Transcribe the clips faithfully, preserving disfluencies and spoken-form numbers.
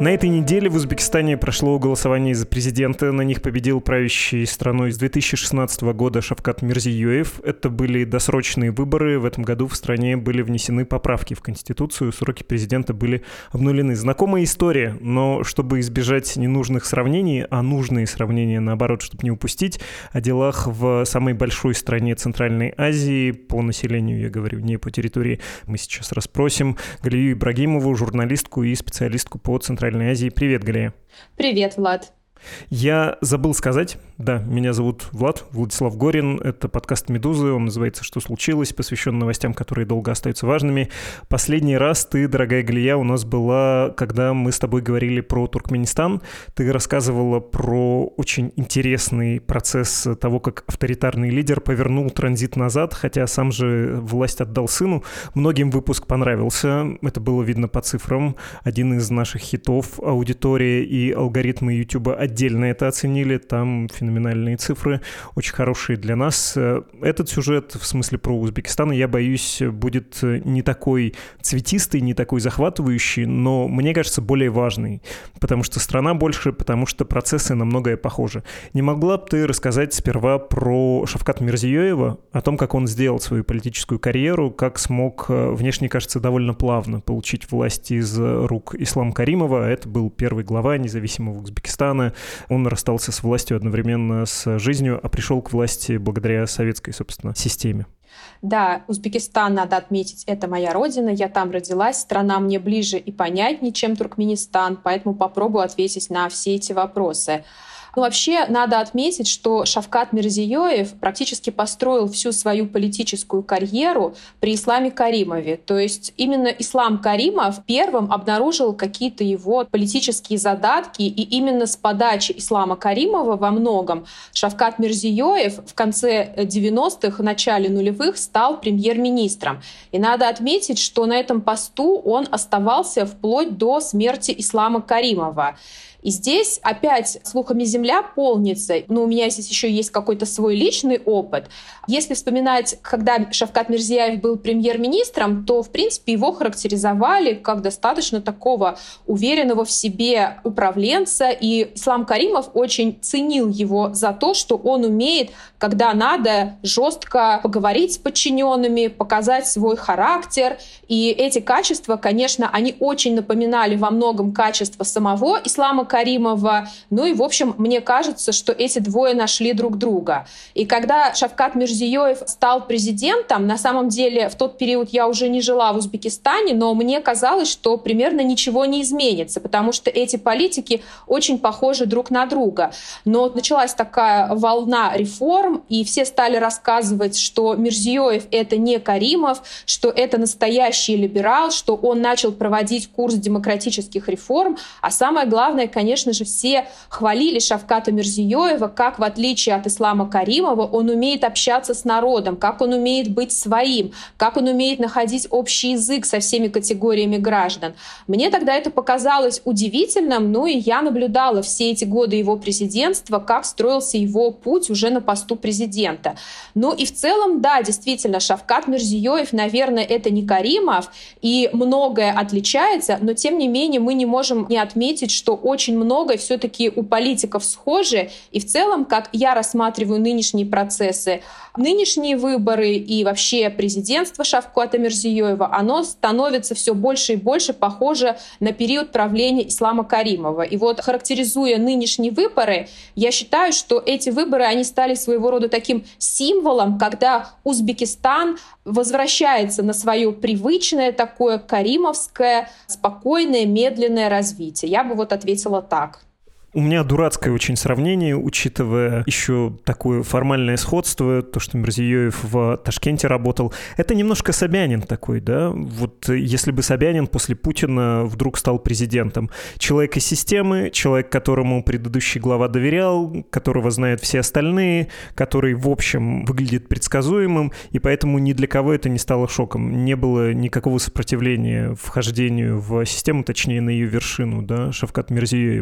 На этой неделе в Узбекистане прошло голосование за президента. На них победил правящий страной с две тысячи шестнадцатого года Шавкат Мирзиёев. Это были досрочные выборы. В этом году в стране были внесены поправки в Конституцию. Сроки президента были обнулены. Знакомая история, но чтобы избежать ненужных сравнений, а нужные сравнения, наоборот, чтобы не упустить, о делах в самой большой стране Центральной Азии, по населению, я говорю, не по территории, мы сейчас расспросим Галию Ибрагимову, журналистку и специалистку по Центральной Азии. Привет, Галия. Привет, Влад. Я забыл сказать, да, меня зовут Влад, Владислав Горин, это подкаст «Медузы», он называется «Что случилось?», посвящен новостям, которые долго остаются важными. Последний раз ты, дорогая Галия, у нас была, когда мы с тобой говорили про Туркменистан, ты рассказывала про очень интересный процесс того, как авторитарный лидер повернул транзит назад, хотя сам же власть отдал сыну. Многим выпуск понравился, это было видно по цифрам, один из наших хитов, аудитория и алгоритмы Ютуба отдельно это оценили, там феноменальные цифры, очень хорошие для нас. Этот сюжет, в смысле про Узбекистан, я боюсь, будет не такой цветистый, не такой захватывающий, но, мне кажется, более важный, потому что страна больше, потому что процессы на многое похожи. Не могла бы ты рассказать сперва про Шавката Мирзиёева, о том, как он сделал свою политическую карьеру, как смог, внешне кажется, довольно плавно получить власть из рук Ислама Каримова, это был первый глава независимого Узбекистана. Он расстался с властью одновременно с жизнью, а пришел к власти благодаря советской, собственно, системе. Да, Узбекистан, надо отметить, это моя родина, я там родилась, страна мне ближе и понятнее, чем Туркменистан, поэтому попробую ответить на все эти вопросы. Ну, вообще, надо отметить, что Шавкат Мирзиёев практически построил всю свою политическую карьеру при Исламе Каримове. То есть именно Ислам Каримов первым обнаружил какие-то его политические задатки, и именно с подачи Ислама Каримова во многом Шавкат Мирзиёев в конце девяностых, начале нулевых стал премьер-министром. И надо отметить, что на этом посту он оставался вплоть до смерти Ислама Каримова. И здесь опять слухами земля полнится. Но у меня здесь еще есть какой-то свой личный опыт. Если вспоминать, когда Шавкат Мирзиёев был премьер-министром, то, в принципе, его характеризовали как достаточно такого уверенного в себе управленца. И Ислам Каримов очень ценил его за то, что он умеет, когда надо, жестко поговорить с подчиненными, показать свой характер. И эти качества, конечно, они очень напоминали во многом качества самого Ислама Каримова. Ну и, в общем, мне кажется, что эти двое нашли друг друга. И когда Шавкат Мирзиёев стал президентом, на самом деле в тот период я уже не жила в Узбекистане, но мне казалось, что примерно ничего не изменится, потому что эти политики очень похожи друг на друга. Но началась такая волна реформ, и все стали рассказывать, что Мирзиёев — это не Каримов, что это настоящий либерал, что он начал проводить курс демократических реформ, а самое главное, конечно же, все хвалили Шавката Мирзиёева, как, в отличие от Ислама Каримова, он умеет общаться с народом, как он умеет быть своим, как он умеет находить общий язык со всеми категориями граждан. Мне тогда это показалось удивительным, ну и я наблюдала все эти годы его президентства, как строился его путь уже на посту президента. Ну и в целом, да, действительно, Шавкат Мирзиёев, наверное, это не Каримов, и многое отличается, но тем не менее мы не можем не отметить, что очень много все-таки у политиков схожи. И в целом, как я рассматриваю нынешние процессы, нынешние выборы и вообще президентство Шавката Мирзиёева, оно становится все больше и больше похоже на период правления Ислама Каримова. И вот, характеризуя нынешние выборы, я считаю, что эти выборы, они стали своего рода таким символом, когда Узбекистан возвращается на свое привычное такое каримовское, спокойное, медленное развитие. Я бы вот ответила так. У меня дурацкое очень сравнение, учитывая еще такое формальное сходство, то, что Мирзиёев в Ташкенте работал. Это немножко Собянин такой, да? Вот если бы Собянин после Путина вдруг стал президентом. Человек из системы, человек, которому предыдущий глава доверял, которого знают все остальные, который, в общем, выглядит предсказуемым, и поэтому ни для кого это не стало шоком. Не было никакого сопротивления вхождению в систему, точнее, на ее вершину, да, Шавката Мирзиёева.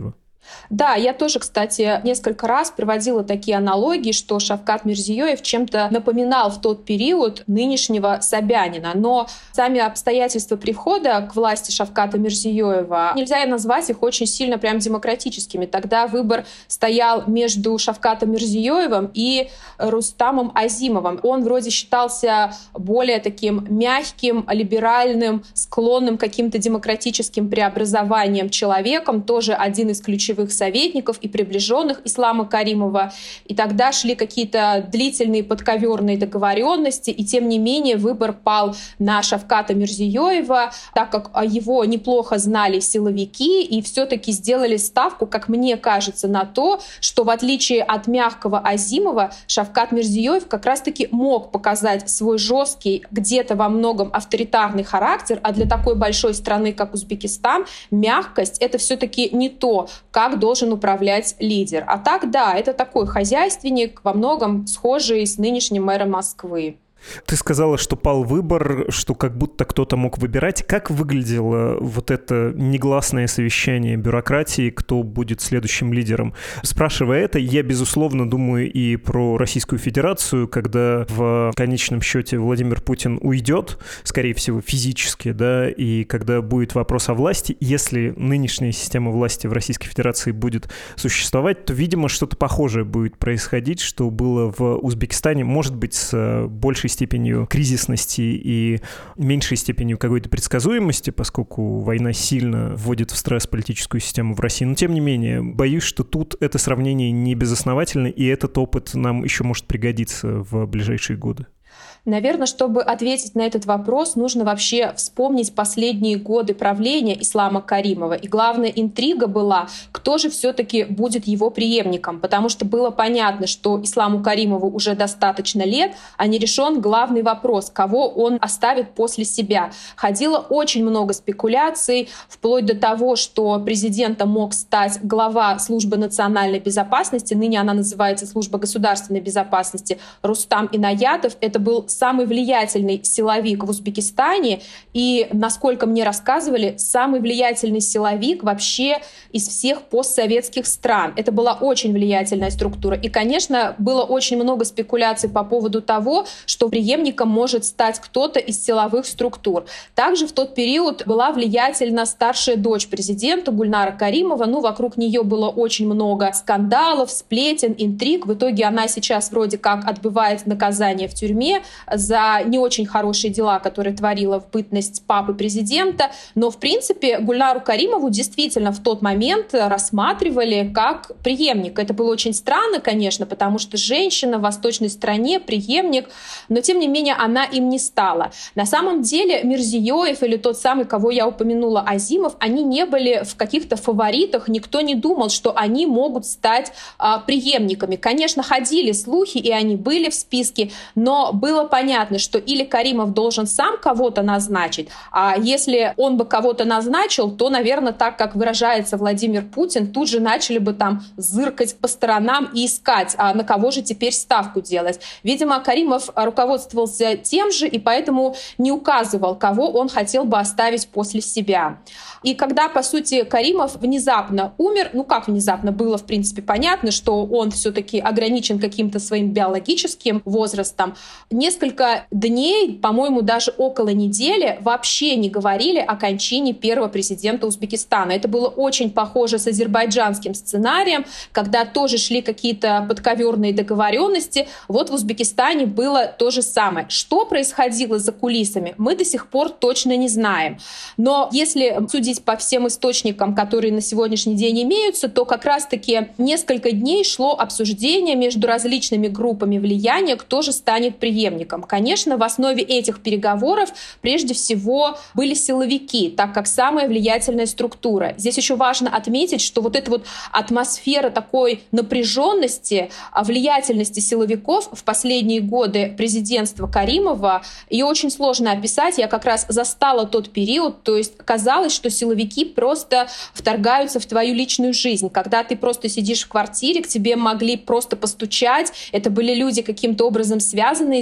Да, я тоже, кстати, несколько раз приводила такие аналогии, что Шавкат Мирзиёев чем-то напоминал в тот период нынешнего Собянина. Но сами обстоятельства прихода к власти Шавката Мирзиёева, нельзя назвать их очень сильно прям демократическими. Тогда выбор стоял между Шавкатом Мирзиёевым и Рустамом Азимовым. Он вроде считался более таким мягким, либеральным, склонным к каким-то демократическим преобразованиям человеком, тоже один из ключевых советников и приближенных Ислама Каримова. И тогда шли какие-то длительные подковерные договоренности, и тем не менее выбор пал на Шавката Мирзиёева, так как его неплохо знали силовики и все-таки сделали ставку, как мне кажется, на то, что в отличие от мягкого Азимова, Шавкат Мирзиёев как раз-таки мог показать свой жесткий, где-то во многом авторитарный характер, а для такой большой страны, как Узбекистан, мягкость — это все-таки не то, как должен управлять лидер. А так, да, это такой хозяйственник, во многом схожий с нынешним мэром Москвы. Ты сказала, что пал выбор, что как будто кто-то мог выбирать. Как выглядело вот это негласное совещание бюрократии, кто будет следующим лидером? Спрашивая это, я, безусловно, думаю и про Российскую Федерацию, когда в конечном счете Владимир Путин уйдет, скорее всего, физически, да, и когда будет вопрос о власти, если нынешняя система власти в Российской Федерации будет существовать, то, видимо, что-то похожее будет происходить, что было в Узбекистане, может быть, с большей степенью кризисности и меньшей степенью какой-то предсказуемости, поскольку война сильно вводит в стресс политическую систему в России. Но, тем не менее, боюсь, что тут это сравнение не безосновательно, и этот опыт нам еще может пригодиться в ближайшие годы. Наверное, чтобы ответить на этот вопрос, нужно вообще вспомнить последние годы правления Ислама Каримова. И главная интрига была, кто же все-таки будет его преемником. Потому что было понятно, что Исламу Каримову уже достаточно лет, а не решен главный вопрос, кого он оставит после себя. Ходило очень много спекуляций, вплоть до того, что президентом мог стать глава Службы национальной безопасности, ныне она называется Служба государственной безопасности, Рустам Инаятов. Это был самый влиятельный силовик в Узбекистане и, насколько мне рассказывали, самый влиятельный силовик вообще из всех постсоветских стран. Это была очень влиятельная структура. И, конечно, было очень много спекуляций по поводу того, что преемником может стать кто-то из силовых структур. Также в тот период была влиятельна старшая дочь президента Гульнара Каримова. Ну, вокруг нее было очень много скандалов, сплетен, интриг. В итоге она сейчас вроде как отбывает наказание в тюрьме за не очень хорошие дела, которые творила в бытность папы президента. Но, в принципе, Гульнару Каримову действительно в тот момент рассматривали как преемник. Это было очень странно, конечно, потому что женщина в восточной стране, преемник, но, тем не менее, она им не стала. На самом деле Мирзиёев или тот самый, кого я упомянула, Азимов, они не были в каких-то фаворитах, никто не думал, что они могут стать а, преемниками. Конечно, ходили слухи, и они были в списке, но было понятно, что или Каримов должен сам кого-то назначить, а если он бы кого-то назначил, то, наверное, так как выражается Владимир Путин, тут же начали бы там зыркать по сторонам и искать, а на кого же теперь ставку делать. Видимо, Каримов руководствовался тем же и поэтому не указывал, кого он хотел бы оставить после себя. И когда, по сути, Каримов внезапно умер, ну как внезапно, было, в принципе, понятно, что он все-таки ограничен каким-то своим биологическим возрастом, несколько дней, по-моему, даже около недели вообще не говорили о кончине первого президента Узбекистана. Это было очень похоже с азербайджанским сценарием, когда тоже шли какие-то подковерные договоренности. Вот в Узбекистане было то же самое. Что происходило за кулисами, мы до сих пор точно не знаем. Но если судить по всем источникам, которые на сегодняшний день имеются, то как раз-таки несколько дней шло обсуждение между различными группами влияния, кто же станет преемником. Конечно, в основе этих переговоров прежде всего были силовики, так как самая влиятельная структура. Здесь еще важно отметить, что вот эта вот атмосфера такой напряженности, влиятельности силовиков в последние годы президентства Каримова, ее очень сложно описать. Я как раз застала тот период, то есть казалось, что силовики просто вторгаются в твою личную жизнь. Когда ты просто сидишь в квартире, к тебе могли просто постучать. Это были люди каким-то образом связанные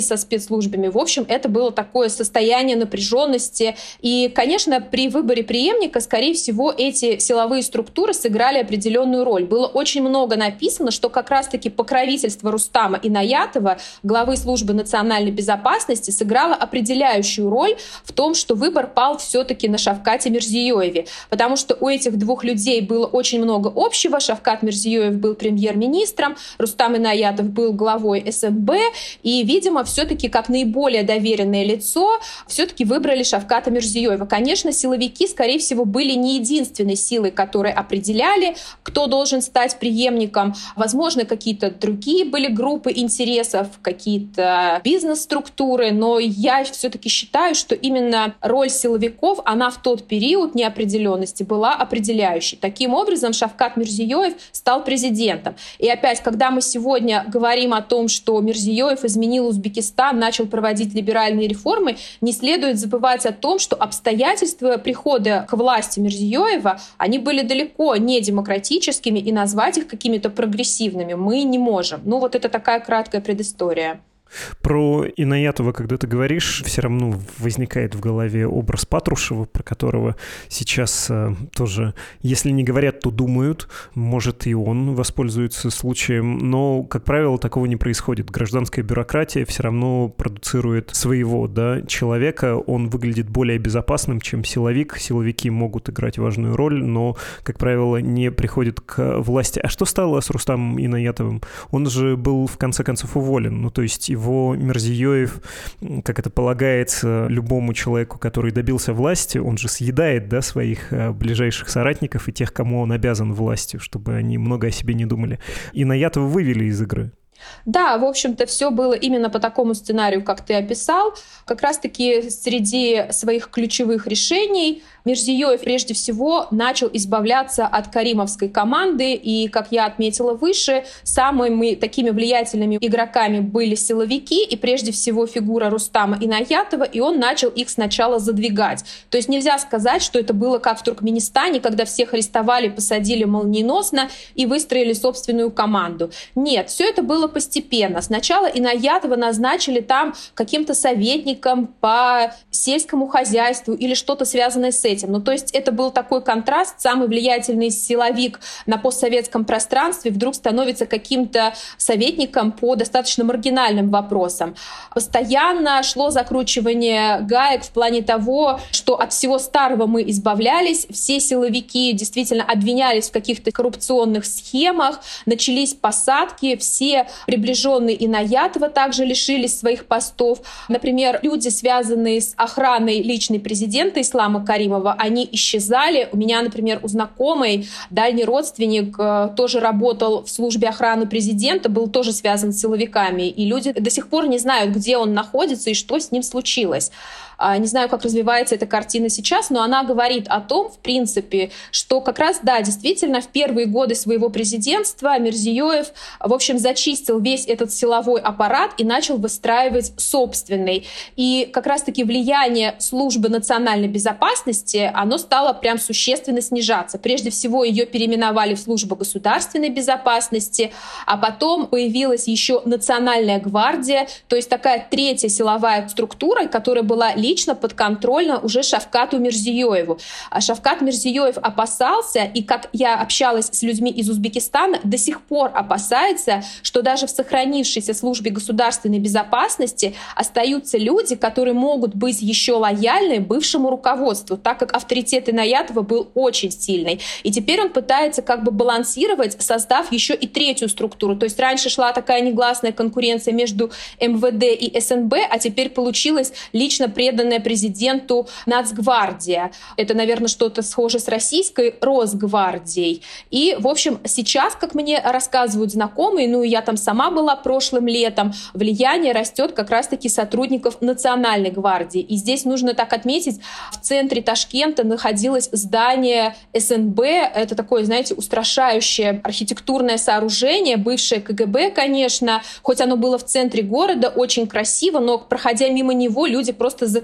со спецслужбами. В общем, это было такое состояние напряженности. И, конечно, при выборе преемника, скорее всего, эти силовые структуры сыграли определенную роль. Было очень много написано, что как раз-таки покровительство Рустама Инаятова, главы службы национальной безопасности, сыграло определяющую роль в том, что выбор пал все-таки на Шавкате Мирзиёеве. Потому что у этих двух людей было очень много общего. Шавкат Мирзиёев был премьер-министром, Рустам Инаятов был главой эс эн бэ. И, видимо, все-таки как наиболее доверенное лицо все-таки выбрали Шавката Мирзиёева. Конечно, силовики, скорее всего, были не единственной силой, которые определяли, кто должен стать преемником. Возможно, какие-то другие были группы интересов, какие-то бизнес-структуры, но я все-таки считаю, что именно роль силовиков, она в тот период неопределенности была определяющей. Таким образом, Шавкат Мирзиёев стал президентом. И опять, когда мы сегодня говорим о том, что Мирзиёев изменил Узбекистан, начал проводить либеральные реформы, не следует забывать о том, что обстоятельства прихода к власти Мирзиёева, они были далеко не демократическими, и назвать их какими-то прогрессивными мы не можем. Ну вот это такая краткая предыстория. Про Инаятова, когда ты говоришь, все равно возникает в голове образ Патрушева, про которого сейчас э, тоже, если не говорят, то думают. Может, и он воспользуется случаем, но, как правило, такого не происходит. Гражданская бюрократия все равно продуцирует своего, да, человека. Он выглядит более безопасным, чем силовик. Силовики могут играть важную роль, но, как правило, не приходят к власти. А что стало с Рустамом Инаятовым? Он же был, в конце концов, уволен. Ну, то есть его Мирзиёев, как это полагается любому человеку, который добился власти, он же съедает, да, своих ближайших соратников и тех, кому он обязан властью, чтобы они много о себе не думали. Инаятова вывели из игры. Да, в общем-то, все было именно по такому сценарию, как ты описал. Как раз-таки среди своих ключевых решений Мирзиёев прежде всего начал избавляться от каримовской команды, и, как я отметила выше, самыми такими влиятельными игроками были силовики, и прежде всего фигура Рустама Инаятова, и он начал их сначала задвигать. То есть нельзя сказать, что это было как в Туркменистане, когда всех арестовали, посадили молниеносно и выстроили собственную команду. Нет, все это было постепенно. Сначала Инаятова назначили там каким-то советником по сельскому хозяйству или что-то связанное с этим. Ну, то есть это был такой контраст. Самый влиятельный силовик на постсоветском пространстве вдруг становится каким-то советником по достаточно маргинальным вопросам. Постоянно шло закручивание гаек в плане того, что от всего старого мы избавлялись, все силовики действительно обвинялись в каких-то коррупционных схемах, начались посадки, все приближенные Инаятова также лишились своих постов. Например, люди, связанные с охраной личной президента Ислама Каримова, они исчезали. У меня, например, у знакомой дальний родственник тоже работал в службе охраны президента, был тоже связан с силовиками. И люди до сих пор не знают, где он находится и что с ним случилось. Не знаю, как развивается эта картина сейчас, но она говорит о том, в принципе, что как раз, да, действительно, в первые годы своего президентства Мирзиёев, в общем, зачистил весь этот силовой аппарат и начал выстраивать собственный. И как раз-таки влияние службы национальной безопасности, оно стало прям существенно снижаться. Прежде всего, ее переименовали в службу государственной безопасности, а потом появилась еще Национальная гвардия, то есть такая третья силовая структура, которая была лично подконтрольна уже Шавкату Мирзиёеву. А Шавкат Мирзиёев опасался, и как я общалась с людьми из Узбекистана, до сих пор опасается, что даже в сохранившейся службе государственной безопасности остаются люди, которые могут быть еще лояльны бывшему руководству, так как авторитет Инаятова был очень сильный. И теперь он пытается как бы балансировать, создав еще и третью структуру. То есть раньше шла такая негласная конкуренция между эм вэ дэ и эс эн бэ, а теперь получилось лично преданная президенту Нацгвардия. Это, наверное, что-то схожее с российской Росгвардией. И, в общем, сейчас, как мне рассказывают знакомые, ну и я там сама была прошлым летом, влияние растет как раз-таки сотрудников Национальной гвардии. И здесь нужно так отметить, в центре Ташкента находилось здание эс эн бэ. Это такое, знаете, устрашающее архитектурное сооружение, бывшее ка гэ бэ, конечно, хоть оно было в центре города, очень красиво, но, проходя мимо него, люди просто затыкались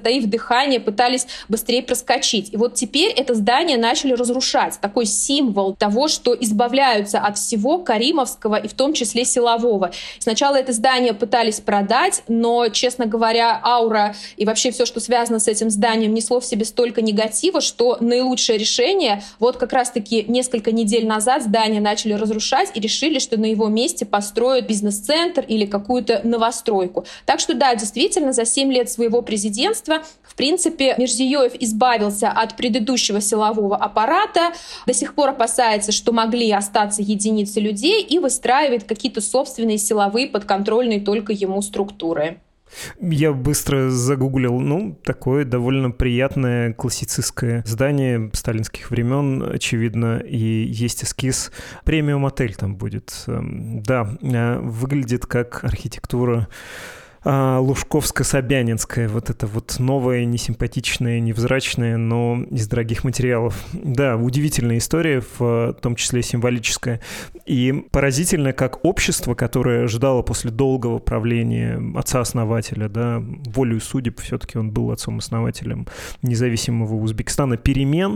затаив дыхание, пытались быстрее проскочить. И вот теперь это здание начали разрушать. Такой символ того, что избавляются от всего каримовского и в том числе силового. Сначала это здание пытались продать, но, честно говоря, аура и вообще все, что связано с этим зданием, несло в себе столько негатива, что наилучшее решение, вот как раз-таки несколько недель назад здание начали разрушать и решили, что на его месте построят бизнес-центр или какую-то новостройку. Так что да, действительно, за семь лет своего президентства, в принципе, Мирзиёев избавился от предыдущего силового аппарата, до сих пор опасается, что могли остаться единицы людей, и выстраивает какие-то собственные силовые, подконтрольные только ему структуры. Я быстро загуглил, ну, такое довольно приятное классицистское здание сталинских времен, очевидно, и есть эскиз. Премиум-отель там будет. Да, выглядит как архитектура Лужковско-Собянинская, вот это вот новое, несимпатичное, невзрачное, но из дорогих материалов. Да, удивительная история, в том числе символическая. И поразительно, как общество, которое ждало после долгого правления отца-основателя, да, волею судеб, все-таки он был отцом-основателем независимого Узбекистана, перемен,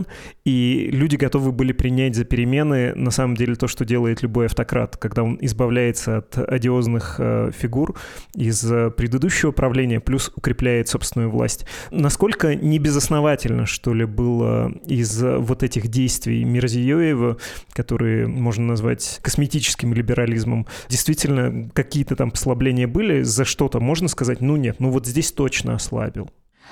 и люди готовы были принять за перемены, на самом деле, то, что делает любой автократ, когда он избавляется от одиозных э, фигур из предыдущего правления, плюс укрепляет собственную власть. Насколько небезосновательно, что ли, было из вот этих действий Мирзиёева, которые можно назвать косметическим либерализмом, действительно какие-то там послабления были, за что-то можно сказать, ну нет, ну вот здесь точно ослабил.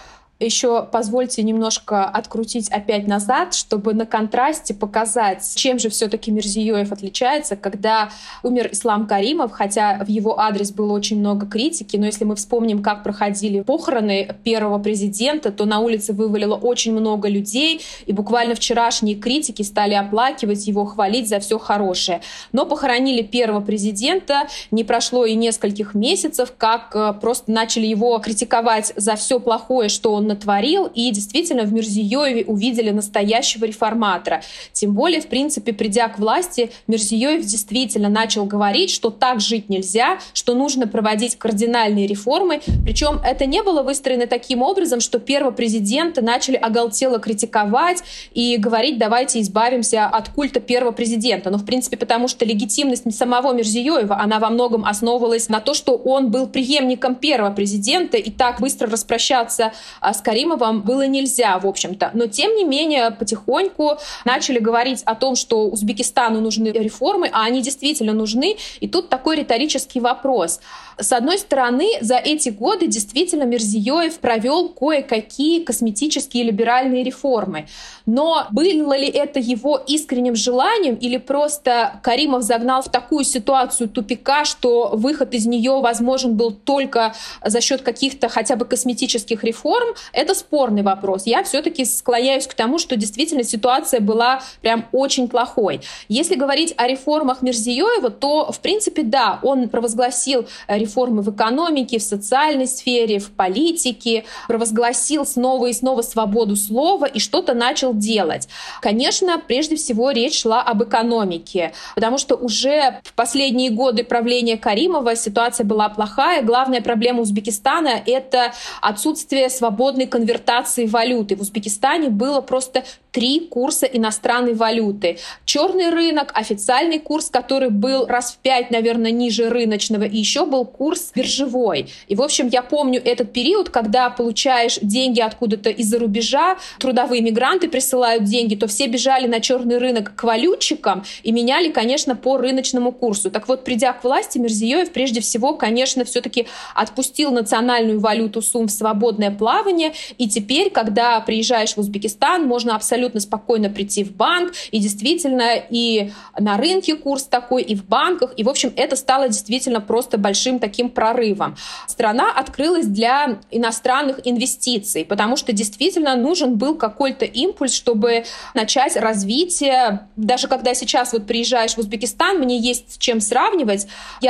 Еще позвольте немножко открутить опять назад, чтобы на контрасте показать, чем же все-таки Мирзиёев отличается, когда умер Ислам Каримов, хотя в его адрес было очень много критики, но если мы вспомним, как проходили похороны первого президента, то на улице вывалило очень много людей, и буквально вчерашние критики стали оплакивать его, хвалить за все хорошее. Но похоронили первого президента, не прошло и нескольких месяцев, как просто начали его критиковать за все плохое, что он натворил, и действительно в Мирзиёеве увидели настоящего реформатора. Тем более, в принципе, придя к власти, Мирзиёев действительно начал говорить, что так жить нельзя, что нужно проводить кардинальные реформы. Причем это не было выстроено таким образом, что первого президента начали оголтело критиковать и говорить, давайте избавимся от культа первого президента. Но, в принципе, потому что легитимность самого Мирзиёева, она во многом основывалась на то, что он был преемником первого президента, и так быстро распрощаться с Каримовым было нельзя, в общем-то. Но, тем не менее, потихоньку начали говорить о том, что Узбекистану нужны реформы, а они действительно нужны. И тут такой риторический вопрос. С одной стороны, за эти годы действительно Мирзиёев провел кое-какие косметические либеральные реформы. Но было ли это его искренним желанием, или просто Каримов загнал в такую ситуацию тупика, что выход из нее возможен был только за счет каких-то хотя бы косметических реформ? Это спорный вопрос. Я все-таки склоняюсь к тому, что действительно ситуация была прям очень плохой. Если говорить о реформах Мирзиёева, то, в принципе, да, он провозгласил реформы в экономике, в социальной сфере, в политике, провозгласил снова и снова свободу слова и что-то начал делать. Конечно, прежде всего речь шла об экономике, потому что уже в последние годы правления Каримова ситуация была плохая. Главная проблема Узбекистана — это отсутствие свободной конвертации валюты. В Узбекистане было просто три курса иностранной валюты. Черный рынок, официальный курс, который был раз в пять, наверное, ниже рыночного, и еще был курс биржевой. И, в общем, я помню этот период, когда получаешь деньги откуда-то из-за рубежа, трудовые мигранты присылают деньги, то все бежали на черный рынок к валютчикам и меняли, конечно, по рыночному курсу. Так вот, придя к власти, Мирзиёев прежде всего, конечно, все-таки отпустил национальную валюту сумм в свободное плавание, и теперь, когда приезжаешь в Узбекистан, можно абсолютно спокойно прийти в банк, и действительно и на рынке курс такой, и в банках, и, в общем, это стало действительно просто большим таким прорывом. Страна открылась для иностранных инвестиций, потому что действительно нужен был какой-то импульс, чтобы начать развитие. Даже когда сейчас вот приезжаешь в Узбекистан, мне есть с чем сравнивать.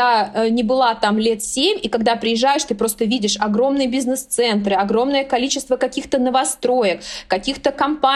Я не была там лет семь, и когда приезжаешь, ты просто видишь огромные бизнес-центры, огромное количество каких-то новостроек, каких-то компаний, которые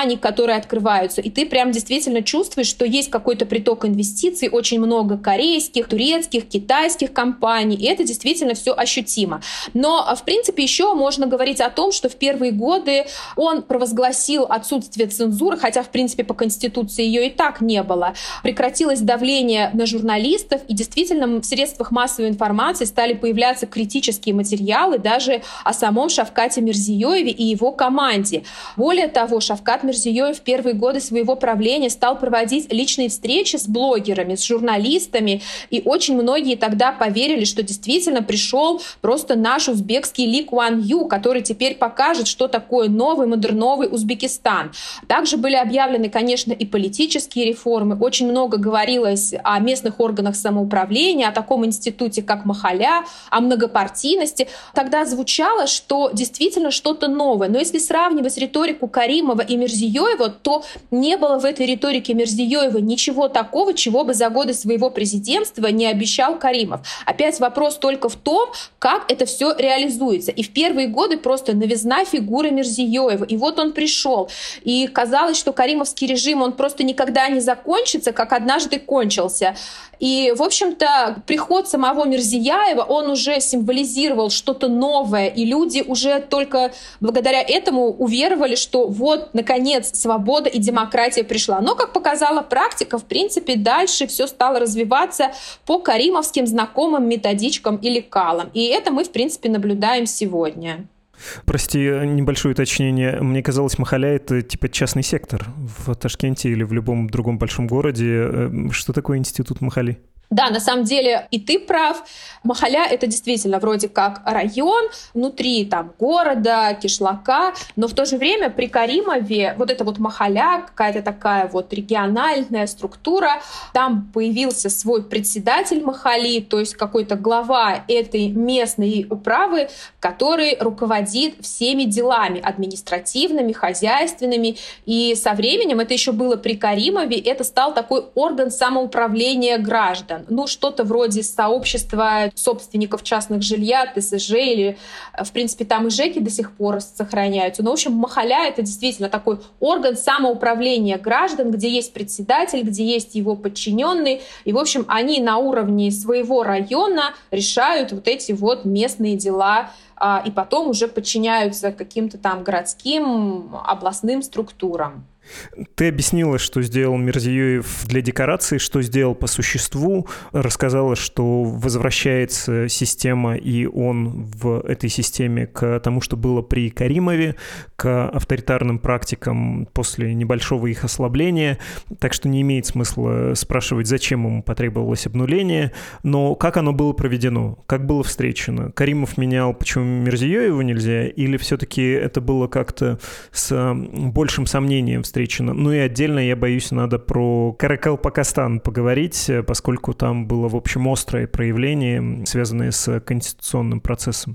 которые открываются, и ты прям действительно чувствуешь, что есть какой-то приток инвестиций, очень много корейских, турецких, китайских компаний, и это действительно все ощутимо. Но, в принципе, еще можно говорить о том, что в первые годы он провозгласил отсутствие цензуры, хотя, в принципе, по Конституции ее и так не было. Прекратилось давление на журналистов, и действительно в средствах массовой информации стали появляться критические материалы даже о самом Шавкате Мирзиёеве и его команде. Более того, Шавкат Мирзиёев в первые годы своего правления стал проводить личные встречи с блогерами, с журналистами, и очень многие тогда поверили, что действительно пришел просто наш узбекский Ли Куан Ю, который теперь покажет, что такое новый, модерновый Узбекистан. Также были объявлены, конечно, и политические реформы. Очень много говорилось о местных органах самоуправления, о таком институте, как Махаля, о многопартийности. Тогда звучало, что действительно что-то новое. Но если сравнивать риторику Каримова и Мирзиёева, то не было в этой риторике Мирзиёева ничего такого, чего бы за годы своего президентства не обещал Каримов. Опять вопрос только в том, как это все реализуется. И в первые годы просто новизна фигуры Мирзиёева. И вот он пришел. И казалось, что каримовский режим, он просто никогда не закончится, как однажды кончился. И, в общем-то, приход самого Мирзияева, он уже символизировал что-то новое, и люди уже только благодаря этому уверовали, что вот, наконец, свобода и демократия пришла. Но, как показала практика, в принципе, дальше все стало развиваться по каримовским знакомым методичкам и лекалам. И это мы, в принципе, наблюдаем сегодня. Прости, небольшое уточнение. Мне казалось, Махаля — это типа частный сектор в Ташкенте или в любом другом большом городе. Что такое институт Махали? Да, на самом деле и ты прав. Махаля — это действительно вроде как район внутри там города, кишлака, но в то же время при Каримове вот эта вот Махаля, какая-то такая вот региональная структура, там появился свой председатель Махали, то есть какой-то глава этой местной управы, который руководит всеми делами административными, хозяйственными, и со временем, это еще было при Каримове, это стал такой орган самоуправления граждан. Ну, что-то вроде сообщества собственников частных жилья, ТСЖ, или, в принципе, там и ЖЭКи до сих пор сохраняются. Но, в общем, Махаля — это действительно такой орган самоуправления граждан, где есть председатель, где есть его подчиненные. И, в общем, они на уровне своего района решают вот эти вот местные дела, и потом уже подчиняются каким-то там городским, областным структурам. Ты объяснила, что сделал Мирзиёев для декорации, что сделал по существу, рассказала, что возвращается система, и он в этой системе к тому, что было при Каримове, к авторитарным практикам после небольшого их ослабления, так что не имеет смысла спрашивать, зачем ему потребовалось обнуление, но как оно было проведено, как было встречено. Каримов менял, почему Мирзиёеву нельзя, или все-таки это было как-то с большим сомнением встречено? Ну и отдельно, я боюсь, надо про Каракалпакистан поговорить, поскольку там было, в общем, острое проявление, связанное с конституционным процессом.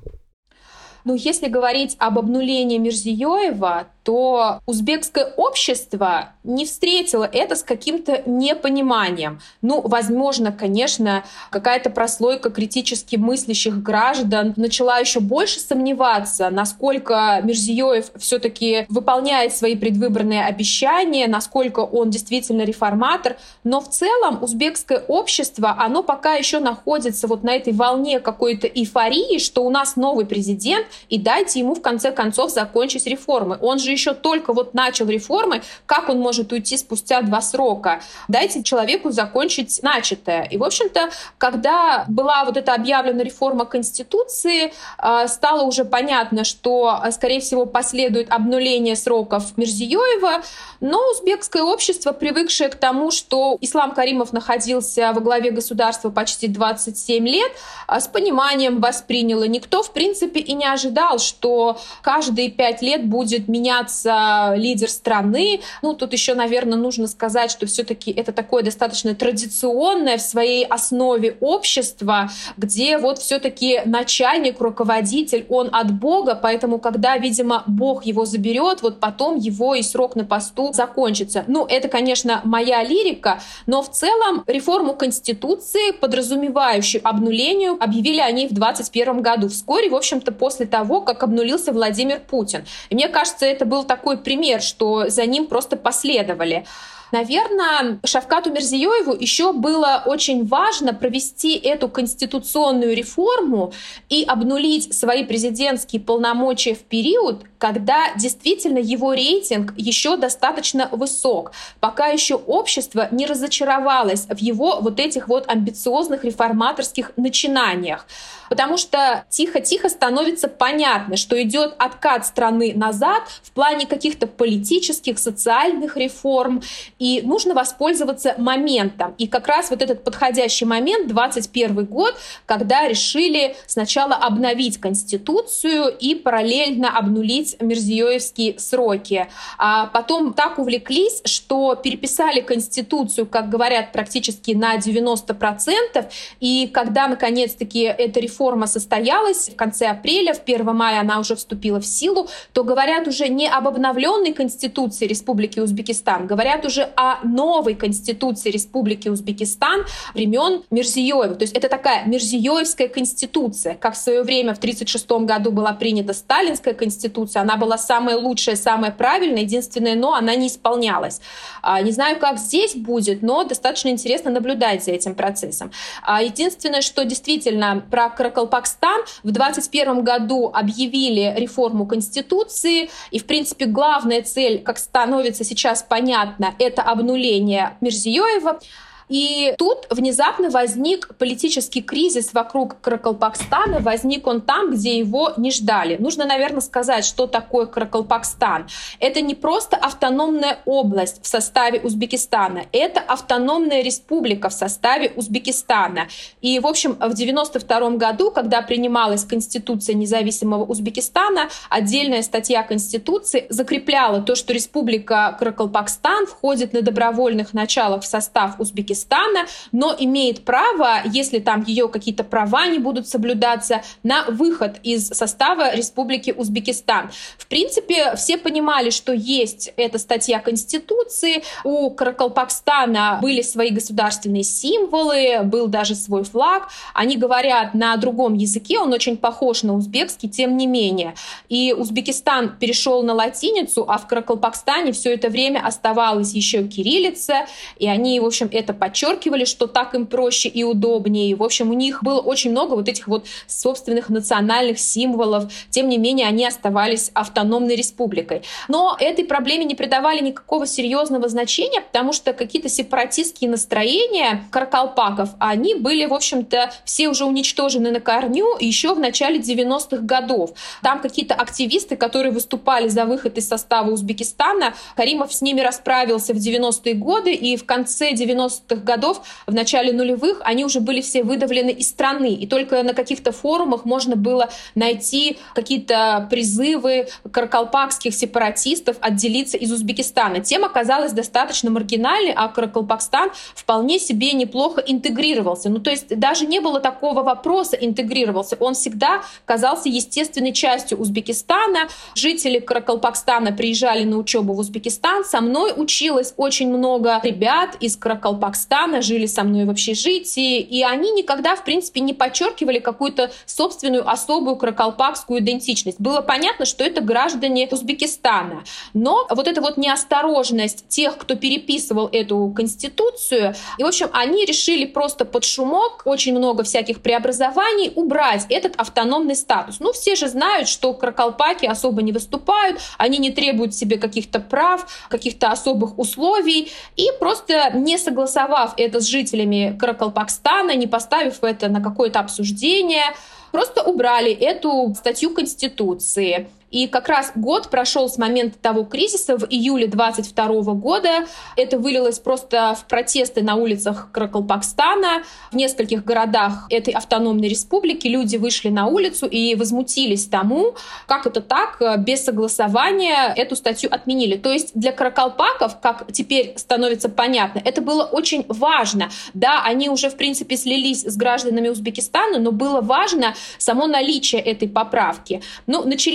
Ну, если говорить об обнулении Мирзиёева, то узбекское общество не встретило это с каким-то непониманием. Ну, возможно, конечно, какая-то прослойка критически мыслящих граждан начала еще больше сомневаться, насколько Мирзиёев все-таки выполняет свои предвыборные обещания, насколько он действительно реформатор. Но в целом узбекское общество, оно пока еще находится вот на этой волне какой-то эйфории, что у нас новый президент, и дайте ему в конце концов закончить реформы. Он же еще только вот начал реформы, как он может уйти спустя два срока? Дайте человеку закончить начатое. И, в общем-то, когда была вот эта объявлена реформа Конституции, стало уже понятно, что, скорее всего, последует обнуление сроков Мирзиёева, но узбекское общество, привыкшее к тому, что Ислам Каримов находился во главе государства почти двадцать семь лет, с пониманием восприняло. Никто, в принципе, и не ожидал, что каждые пять лет будет меняться лидер страны. Ну, тут еще, наверное, нужно сказать, что все-таки это такое достаточно традиционное в своей основе общество, где вот все-таки начальник, руководитель, он от Бога, поэтому, когда, видимо, Бог его заберет, вот потом его и срок на посту закончится. Ну, это, конечно, моя лирика, но в целом реформу Конституции, подразумевающую обнулению, объявили они в двадцать первом году, вскоре, в общем-то, после того, как обнулился Владимир Путин. И мне кажется, это был такой пример, что за ним просто последовали. Наверное, Шавкату Мирзиёеву еще было очень важно провести эту конституционную реформу и обнулить свои президентские полномочия в период, когда действительно его рейтинг еще достаточно высок, пока еще общество не разочаровалось в его вот этих вот амбициозных реформаторских начинаниях. Потому что тихо-тихо становится понятно, что идет откат страны назад в плане каких-то политических, социальных реформ, и нужно воспользоваться моментом. И как раз вот этот подходящий момент, двадцать первый год, когда решили сначала обновить Конституцию и параллельно обнулить мирзиёевские сроки. А потом так увлеклись, что переписали Конституцию, как говорят, практически на девяносто процентов. И когда наконец-таки эта реформа состоялась в конце апреля, в первого мая она уже вступила в силу, то говорят уже не об обновленной Конституции Республики Узбекистан, говорят уже о новой Конституции Республики Узбекистан времен Мирзиёева. То есть это такая Мирзиёевская конституция, как в свое время в тридцать шестом году была принята Сталинская конституция. Она была самая лучшая, самая правильная, единственное, но она не исполнялась. Не знаю, как здесь будет, но достаточно интересно наблюдать за этим процессом. Единственное, что действительно про Каракалпакстан в двадцать первом году объявили реформу Конституции, и, в принципе, главная цель, как становится сейчас понятно, это обнуление Мирзиёева. И тут внезапно возник политический кризис вокруг Каракалпакстана. Возник он там, где его не ждали. Нужно, наверное, сказать, что такое Каракалпакстан. Это не просто автономная область в составе Узбекистана, это автономная республика в составе Узбекистана. И, в общем, в девяносто втором году, когда принималась Конституция независимого Узбекистана, отдельная статья Конституции закрепляла то, что республика Каракалпакстан входит на добровольных началах в состав Узбекистана, но имеет право, если там ее какие-то права не будут соблюдаться, на выход из состава Республики Узбекистан. В принципе, все понимали, что есть эта статья Конституции. У Каракалпакстана были свои государственные символы, был даже свой флаг. Они говорят на другом языке, он очень похож на узбекский, тем не менее. И Узбекистан перешел на латиницу, а в Каракалпакстане все это время оставалась еще кириллица, и они, в общем, это подчеркивали, что так им проще и удобнее. В общем, у них было очень много вот этих вот собственных национальных символов. Тем не менее, они оставались автономной республикой. Но этой проблеме не придавали никакого серьезного значения, потому что какие-то сепаратистские настроения каракалпаков, они были, в общем-то, все уже уничтожены на корню еще в начале девяностых годов. Там какие-то активисты, которые выступали за выход из состава Узбекистана, Каримов с ними расправился в девяностые годы, и в конце девяностых годов, в начале нулевых, они уже были все выдавлены из страны. И только на каких-то форумах можно было найти какие-то призывы каракалпакских сепаратистов отделиться из Узбекистана. Тема оказалась достаточно маргинальной, а Каракалпакстан вполне себе неплохо интегрировался. Ну, то есть даже не было такого вопроса, интегрировался. Он всегда казался естественной частью Узбекистана. Жители Каракалпакстана приезжали на учебу в Узбекистан. Со мной училось очень много ребят из Каракалпакстана, жили со мной в общежитии, и они никогда, в принципе, не подчеркивали какую-то собственную особую каракалпакскую идентичность. Было понятно, что это граждане Узбекистана. Но вот эта вот неосторожность тех, кто переписывал эту конституцию, и, в общем, они решили просто под шумок, очень много всяких преобразований, убрать этот автономный статус. Ну, все же знают, что каракалпаки особо не выступают, они не требуют себе каких-то прав, каких-то особых условий, и просто не согласовав это с жителями Каракалпакстана, не поставив это на какое-то обсуждение, просто убрали эту статью Конституции. И как раз год прошел с момента того кризиса в июле двадцать второго года. Это вылилось просто в протесты на улицах Каракалпакстана. В нескольких городах этой автономной республики люди вышли на улицу и возмутились тому, как это так, без согласования эту статью отменили. То есть для каракалпаков, как теперь становится понятно, это было очень важно. Да, они уже, в принципе, слились с гражданами Узбекистана, но было важно само наличие этой поправки. Ну, начались столкновения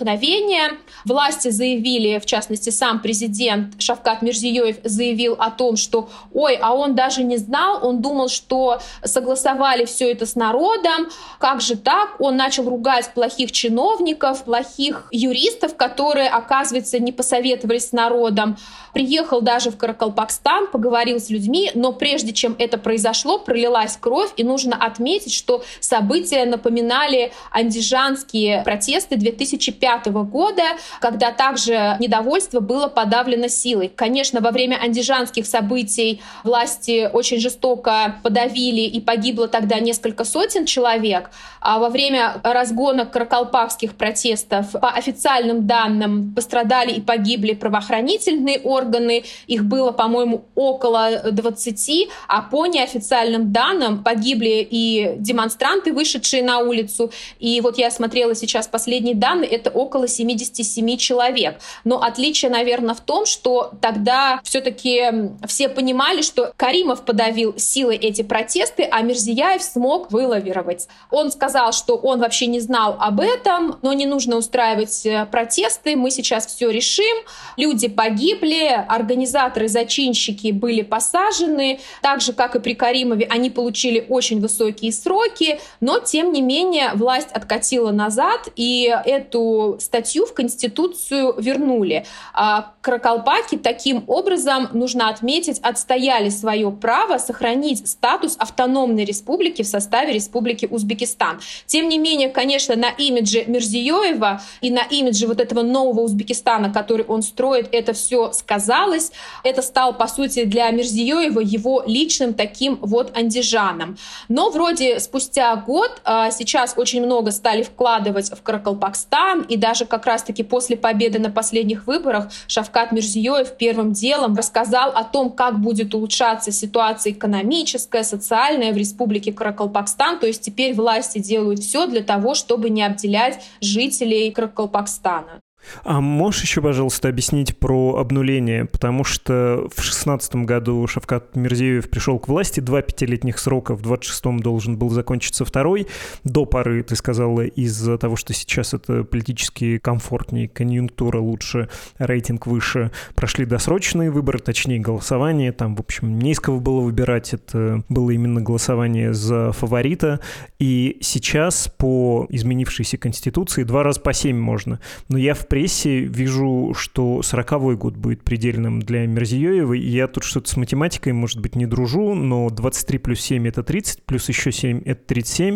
столкновения. Власти заявили, в частности, сам президент Шавкат Мирзиёев заявил о том, что ой, а он даже не знал, он думал, что согласовали все это с народом. Как же так? Он начал ругать плохих чиновников, плохих юристов, которые, оказывается, не посоветовались с народом. Приехал даже в Каракалпакстан, поговорил с людьми, но прежде чем это произошло, пролилась кровь, и нужно отметить, что события напоминали андижанские протесты две тысячи пятого года, когда также недовольство было подавлено силой. Конечно, во время андижанских событий власти очень жестоко подавили, и погибло тогда несколько сотен человек, а во время разгона каракалпакских протестов, по официальным данным, пострадали и погибли правоохранительные органы, их было, по-моему, около двадцати, а по неофициальным данным погибли и демонстранты, вышедшие на улицу, и вот я смотрела сейчас последние данные, это около семидесяти семи человек. Но отличие, наверное, в том, что тогда все-таки все понимали, что Каримов подавил силой эти протесты, а Мирзияев смог вылавировать. Он сказал, что он вообще не знал об этом, но не нужно устраивать протесты, мы сейчас все решим. Люди погибли, организаторы, зачинщики были посажены, так же, как и при Каримове, они получили очень высокие сроки, но, тем не менее, власть откатила назад, и эту статью в Конституцию вернули. А каракалпаки таким образом, нужно отметить, отстояли свое право сохранить статус автономной республики в составе Республики Узбекистан. Тем не менее, конечно, на имидже Мирзиёева и на имидже вот этого нового Узбекистана, который он строит, это все сказалось. Это стало, по сути, для Мирзиёева его личным таким вот андижаном. Но вроде спустя год сейчас очень много стали вкладывать в Каракалпакстан, и даже как раз-таки после победы на последних выборах Шавкат Мирзиёев первым делом рассказал о том, как будет улучшаться ситуация экономическая, социальная в Республике Каракалпакстан. То есть теперь власти делают все для того, чтобы не обделять жителей Каракалпакстана. А можешь еще, пожалуйста, объяснить про обнуление? Потому что в шестнадцатом году Шавкат Мирзиёев пришел к власти, два пятилетних срока, в двадцать шестом должен был закончиться второй. До поры, ты сказала, из-за того, что сейчас это политически комфортнее, конъюнктура лучше, рейтинг выше, прошли досрочные выборы, точнее голосование. Там, в общем, не из кого было выбирать, это было именно голосование за фаворита. И сейчас по изменившейся конституции два раза по семь можно. Но я в прессе вижу, что сороковой год будет предельным для Мирзиёева, и я тут что-то с математикой, может быть, не дружу, но двадцать три плюс семь — это тридцать, плюс еще семь — это тридцать семь,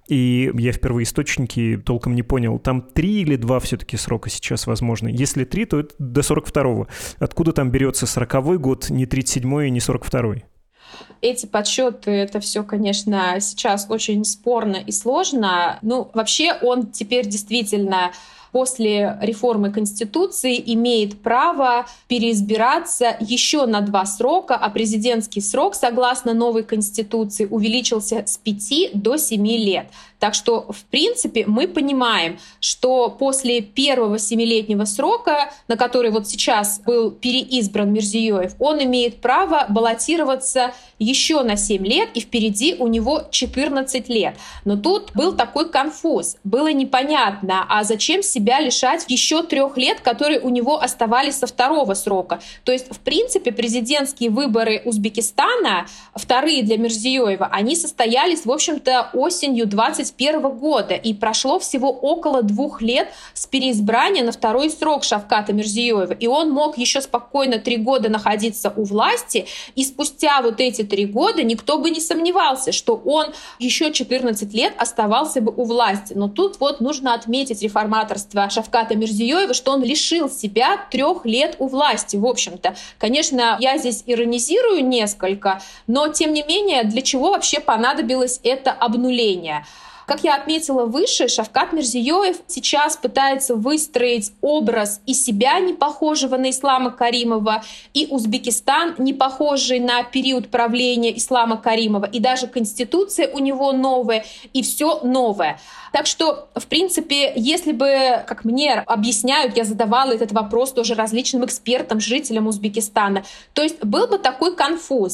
и я в первоисточнике толком не понял, там три или два все-таки срока сейчас возможно. Если три, то это до сорок второго. Откуда там берется сороковой год, не тридцать седьмой и не сорок второй? Эти подсчеты, это все, конечно, сейчас очень спорно и сложно. Ну, вообще он теперь действительно после реформы Конституции имеет право переизбираться еще на два срока, а президентский срок, согласно новой Конституции, увеличился с пяти до семи лет. Так что, в принципе, мы понимаем, что после первого семилетнего срока, на который вот сейчас был переизбран Мирзиёев, он имеет право баллотироваться еще на семь лет, и впереди у него четырнадцать лет. Но тут был такой конфуз. Было непонятно, а зачем себя лишать еще трех лет, которые у него оставались со второго срока. То есть, в принципе, президентские выборы Узбекистана, вторые для Мирзиёева, они состоялись, в общем-то, осенью двадцать первого года, и прошло всего около двух лет с переизбрания на второй срок Шавката Мирзиёева, и он мог еще спокойно три года находиться у власти, и спустя вот эти три года никто бы не сомневался, что он еще четырнадцать лет оставался бы у власти. Но тут вот нужно отметить реформаторство Шавката Мирзиёева, что он лишил себя трех лет у власти, в общем-то. Конечно, я здесь иронизирую несколько, но тем не менее, для чего вообще понадобилось это обнуление? Как я отметила выше, Шавкат Мирзиёев сейчас пытается выстроить образ и себя, не похожего на Ислама Каримова, и Узбекистан, не похожий на период правления Ислама Каримова, и даже конституция у него новая, и все новое. Так что, в принципе, если бы, как мне объясняют, я задавала этот вопрос тоже различным экспертам, жителям Узбекистана, то есть был бы такой конфуз.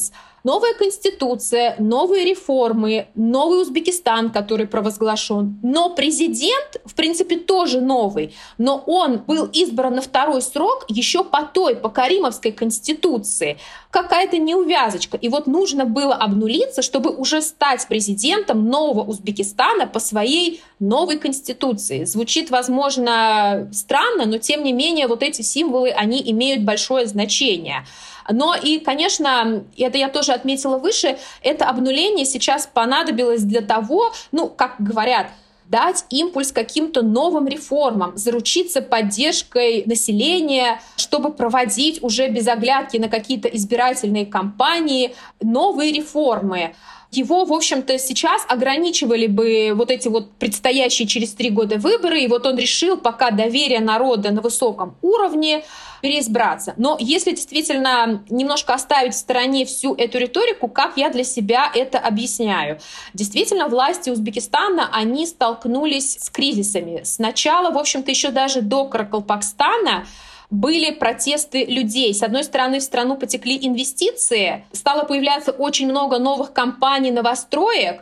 Новая конституция, новые реформы, новый Узбекистан, который провозглашен. Но президент, в принципе, тоже новый. Но он был избран на второй срок еще по той, по Каримовской конституции. Какая-то неувязочка. И вот нужно было обнулиться, чтобы уже стать президентом нового Узбекистана по своей новой конституции. Звучит, возможно, странно, но тем не менее вот эти символы, они имеют большое значение. Но и, конечно, это я тоже отметила выше, это обнуление сейчас понадобилось для того, ну, как говорят, дать импульс каким-то новым реформам, заручиться поддержкой населения, чтобы проводить уже без оглядки на какие-то избирательные кампании новые реформы. Его, в общем-то, сейчас ограничивали бы вот эти вот предстоящие через три года выборы, и вот он решил, пока доверие народа на высоком уровне, переизбраться. Но если действительно немножко оставить в стороне всю эту риторику, как я для себя это объясняю? Действительно, власти Узбекистана, они столкнулись с кризисами. Сначала, в общем-то, еще даже до Каракалпакстана были протесты людей. С одной стороны, в страну потекли инвестиции, стало появляться очень много новых компаний, новостроек,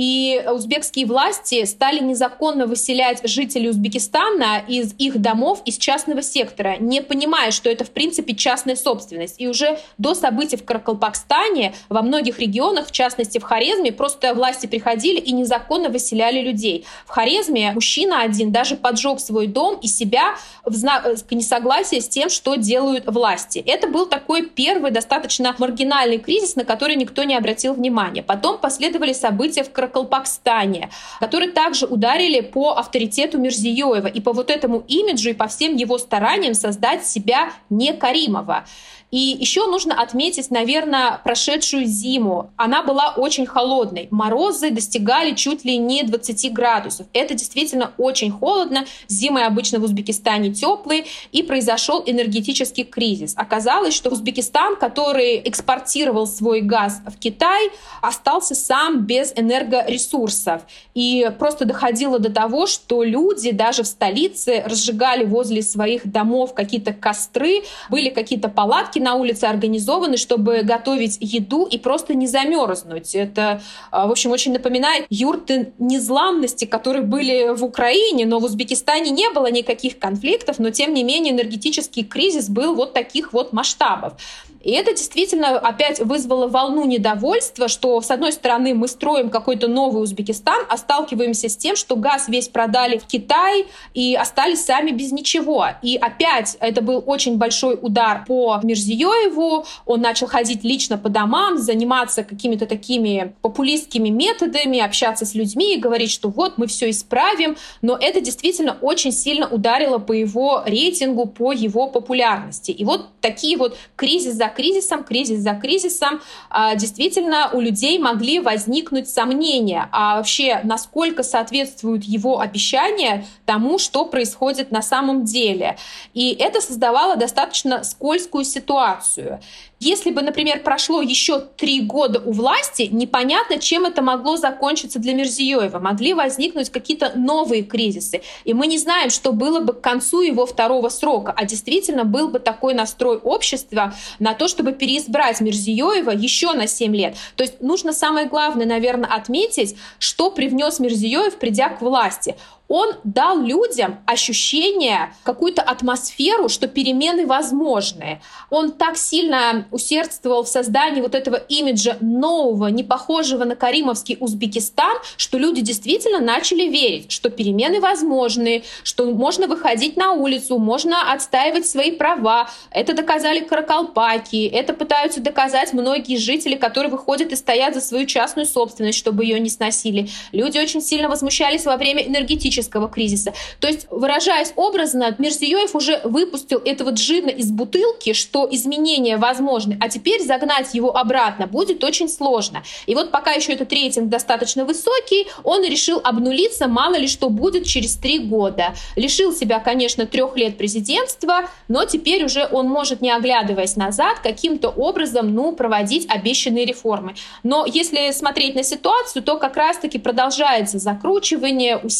и узбекские власти стали незаконно выселять жителей Узбекистана из их домов, из частного сектора, не понимая, что это в принципе частная собственность. И уже до событий в Каракалпакстане во многих регионах, в частности в Хорезме, просто власти приходили и незаконно выселяли людей. В Хорезме мужчина один даже поджег свой дом и себя в знак несогласия с тем, что делают власти. Это был такой первый достаточно маргинальный кризис, на который никто не обратил внимания. Потом последовали события в Каракалпакстане, которые также ударили по авторитету Мирзиёева и по вот этому имиджу, и по всем его стараниям создать себя не Каримова. И еще нужно отметить, наверное, прошедшую зиму. Она была очень холодной. Морозы достигали чуть ли не двадцати градусов. Это действительно очень холодно. Зимы обычно в Узбекистане теплые. И произошел энергетический кризис. Оказалось, что Узбекистан, который экспортировал свой газ в Китай, остался сам без энергоресурсов. И просто доходило до того, что люди даже в столице разжигали возле своих домов какие-то костры, были какие-то палатки на улице организованы, чтобы готовить еду и просто не замерзнуть. Это, в общем, очень напоминает юрты незламности, которые были в Украине, но в Узбекистане не было никаких конфликтов, но тем не менее энергетический кризис был вот таких вот масштабов. И это действительно опять вызвало волну недовольства, что, с одной стороны, мы строим какой-то новый Узбекистан, а сталкиваемся с тем, что газ весь продали в Китай и остались сами без ничего. И опять это был очень большой удар по Мирзиёеву. Он начал ходить лично по домам, заниматься какими-то такими популистскими методами, общаться с людьми и говорить, что вот мы все исправим. Но это действительно очень сильно ударило по его рейтингу, по его популярности. И вот такие вот кризисы за кризисом, кризис за кризисом, действительно у людей могли возникнуть сомнения, а вообще насколько соответствуют его обещания тому, что происходит на самом деле. И это создавало достаточно скользкую ситуацию. Если бы, например, прошло еще три года у власти, непонятно, чем это могло закончиться для Мирзиёева. Могли возникнуть какие-то новые кризисы. И мы не знаем, что было бы к концу его второго срока. А действительно был бы такой настрой общества на то, чтобы переизбрать Мирзиёева еще на семь лет. То есть нужно самое главное, наверное, отметить, что привнес Мирзиёев, придя к власти. Он дал людям ощущение, какую-то атмосферу, что перемены возможны. Он так сильно усердствовал в создании вот этого имиджа нового, не похожего на каримовский Узбекистан, что люди действительно начали верить, что перемены возможны, что можно выходить на улицу, можно отстаивать свои права. Это доказали каракалпаки, это пытаются доказать многие жители, которые выходят и стоят за свою частную собственность, чтобы ее не сносили. Люди очень сильно возмущались во время энергетического кризиса. То есть, выражаясь образно, Мирзиёев уже выпустил этого джина из бутылки, что изменения возможны, а теперь загнать его обратно будет очень сложно. И вот пока еще этот рейтинг достаточно высокий, он решил обнулиться, мало ли что будет через три года. Лишил себя, конечно, трех лет президентства, но теперь уже он может, не оглядываясь назад, каким-то образом, ну, проводить обещанные реформы. Но если смотреть на ситуацию, то как раз-таки продолжается закручивание, усиление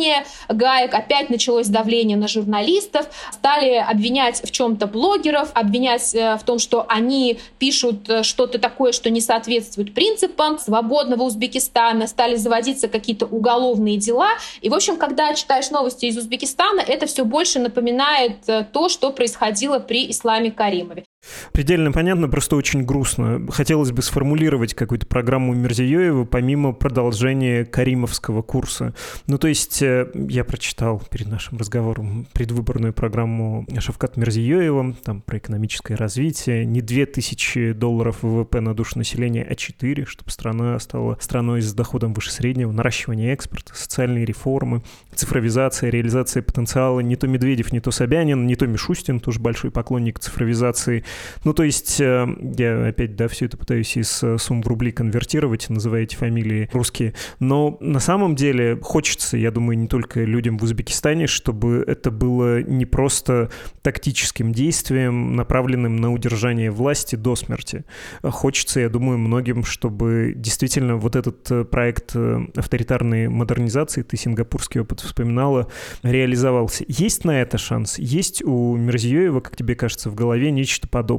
сжигание гаек, опять началось давление на журналистов, стали обвинять в чем-то блогеров, обвинять в том, что они пишут что-то такое, что не соответствует принципам свободного Узбекистана, стали заводиться какие-то уголовные дела. И, в общем, когда читаешь новости из Узбекистана, это все больше напоминает то, что происходило при Исламе Каримове. Предельно понятно, просто очень грустно. Хотелось бы сформулировать какую-то программу Мирзиёева помимо продолжения каримовского курса. Ну, то есть я прочитал перед нашим разговором предвыборную программу Шавката Мирзиёева, там про экономическое развитие. Не две тысячи долларов ВВП на душу населения, а четыре, чтобы страна стала страной с доходом выше среднего, наращивание экспорта, социальные реформы, цифровизация, реализация потенциала. Не то Медведев, не то Собянин, не то Мишустин, тоже большой поклонник цифровизации. Ну, то есть, я опять, да, все это пытаюсь из сумм в рубли конвертировать, называя эти фамилии русские, но на самом деле хочется, я думаю, не только людям в Узбекистане, чтобы это было не просто тактическим действием, направленным на удержание власти до смерти. Хочется, я думаю, многим, чтобы действительно вот этот проект авторитарной модернизации, ты сингапурский опыт вспоминала, реализовался. Есть на это шанс? Есть у Мирзиёева, как тебе кажется, в голове нечто подобное?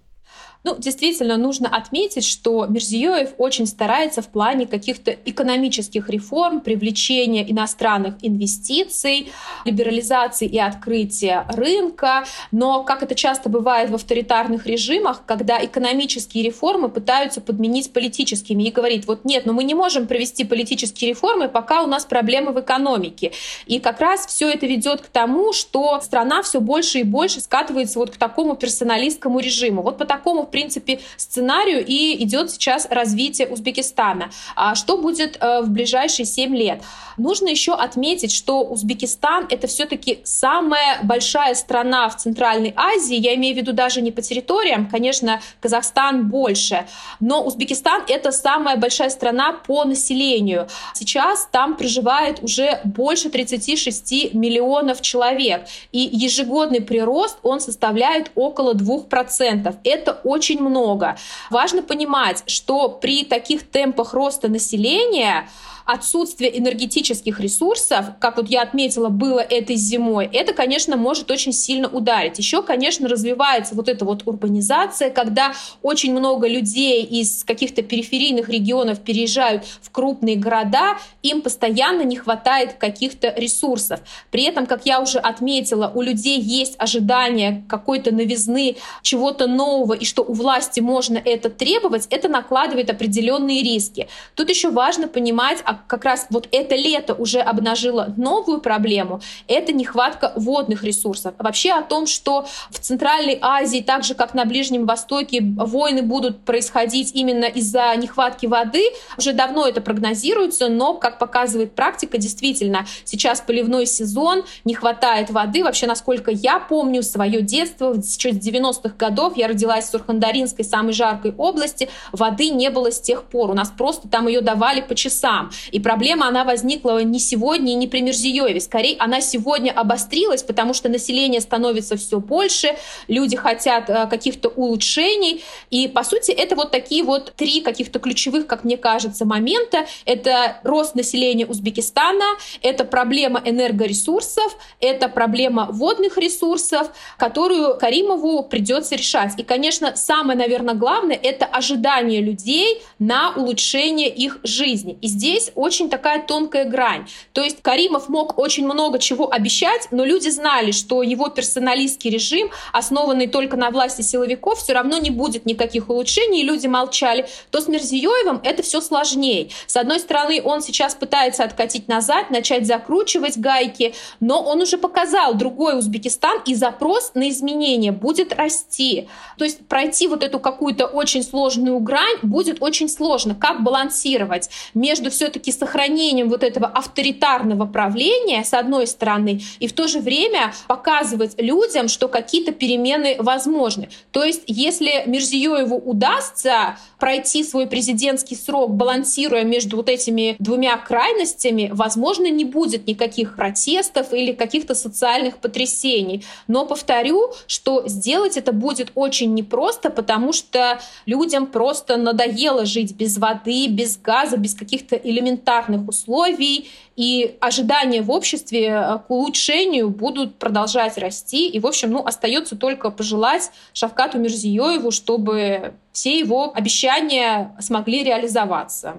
Ну, действительно, нужно отметить, что Мирзиёев очень старается в плане каких-то экономических реформ, привлечения иностранных инвестиций, либерализации и открытия рынка. Но, как это часто бывает в авторитарных режимах, когда экономические реформы пытаются подменить политическими и говорит, вот нет, но мы не можем провести политические реформы, пока у нас проблемы в экономике. И как раз все это ведет к тому, что страна все больше и больше скатывается вот к такому персоналистскому режиму. Вот по такому, в принципе, сценарию и идет сейчас развитие Узбекистана. А что будет э, в ближайшие семь лет? Нужно еще отметить, что Узбекистан — это все-таки самая большая страна в Центральной Азии. Я имею в виду даже не по территориям, конечно, Казахстан больше, но Узбекистан — это самая большая страна по населению. Сейчас там проживает уже больше тридцать шесть миллионов человек, и ежегодный прирост он составляет около двух процентов. Это очень много. Важно понимать, что при таких темпах роста населения отсутствие энергетических ресурсов, как вот я отметила, было этой зимой, это, конечно, может очень сильно ударить. Еще, конечно, развивается вот эта вот урбанизация, когда очень много людей из каких-то периферийных регионов переезжают в крупные города, им постоянно не хватает каких-то ресурсов. При этом, как я уже отметила, у людей есть ожидание какой-то новизны, чего-то нового, и что у власти можно это требовать, это накладывает определенные риски. Тут еще важно понимать, а как раз вот это лето уже обнажило новую проблему, это нехватка водных ресурсов. Вообще о том, что в Центральной Азии, так же как на Ближнем Востоке, войны будут происходить именно из-за нехватки воды, уже давно это прогнозируется, но, как показывает практика, действительно, сейчас поливной сезон, не хватает воды. Вообще, насколько я помню свое детство, еще с девяностых годов, я родилась в Сурхандаринской, самой жаркой области, воды не было с тех пор. У нас просто там ее давали по часам. И проблема, она возникла не сегодня и не при Мирзиёеве. Скорее, она сегодня обострилась, потому что население становится все больше, люди хотят э, каких-то улучшений. И, по сути, это вот такие вот три каких-то ключевых, как мне кажется, момента. Это рост населения Узбекистана, это проблема энергоресурсов, это проблема водных ресурсов, которую Каримову придется решать. И, конечно, самое, наверное, главное — это ожидание людей на улучшение их жизни. И здесь очень такая тонкая грань. То есть Каримов мог очень много чего обещать, но люди знали, что его персоналистский режим, основанный только на власти силовиков, все равно не будет никаких улучшений, и люди молчали. То с Мирзиёевым это все сложнее. С одной стороны, он сейчас пытается откатить назад, начать закручивать гайки, но он уже показал другой Узбекистан, и запрос на изменения будет расти. То есть пройти вот эту какую-то очень сложную грань будет очень сложно. Как балансировать между все-таки сохранением вот этого авторитарного правления, с одной стороны, и в то же время показывать людям, что какие-то перемены возможны. То есть если Мирзиёеву удастся пройти свой президентский срок, балансируя между вот этими двумя крайностями, возможно, не будет никаких протестов или каких-то социальных потрясений. Но повторю, что сделать это будет очень непросто, потому что людям просто надоело жить без воды, без газа, без каких-то элементарных элементарных условий, и ожидания в обществе к улучшению будут продолжать расти. И, в общем, ну, остается только пожелать Шавкату Мирзиёеву, чтобы все его обещания смогли реализоваться.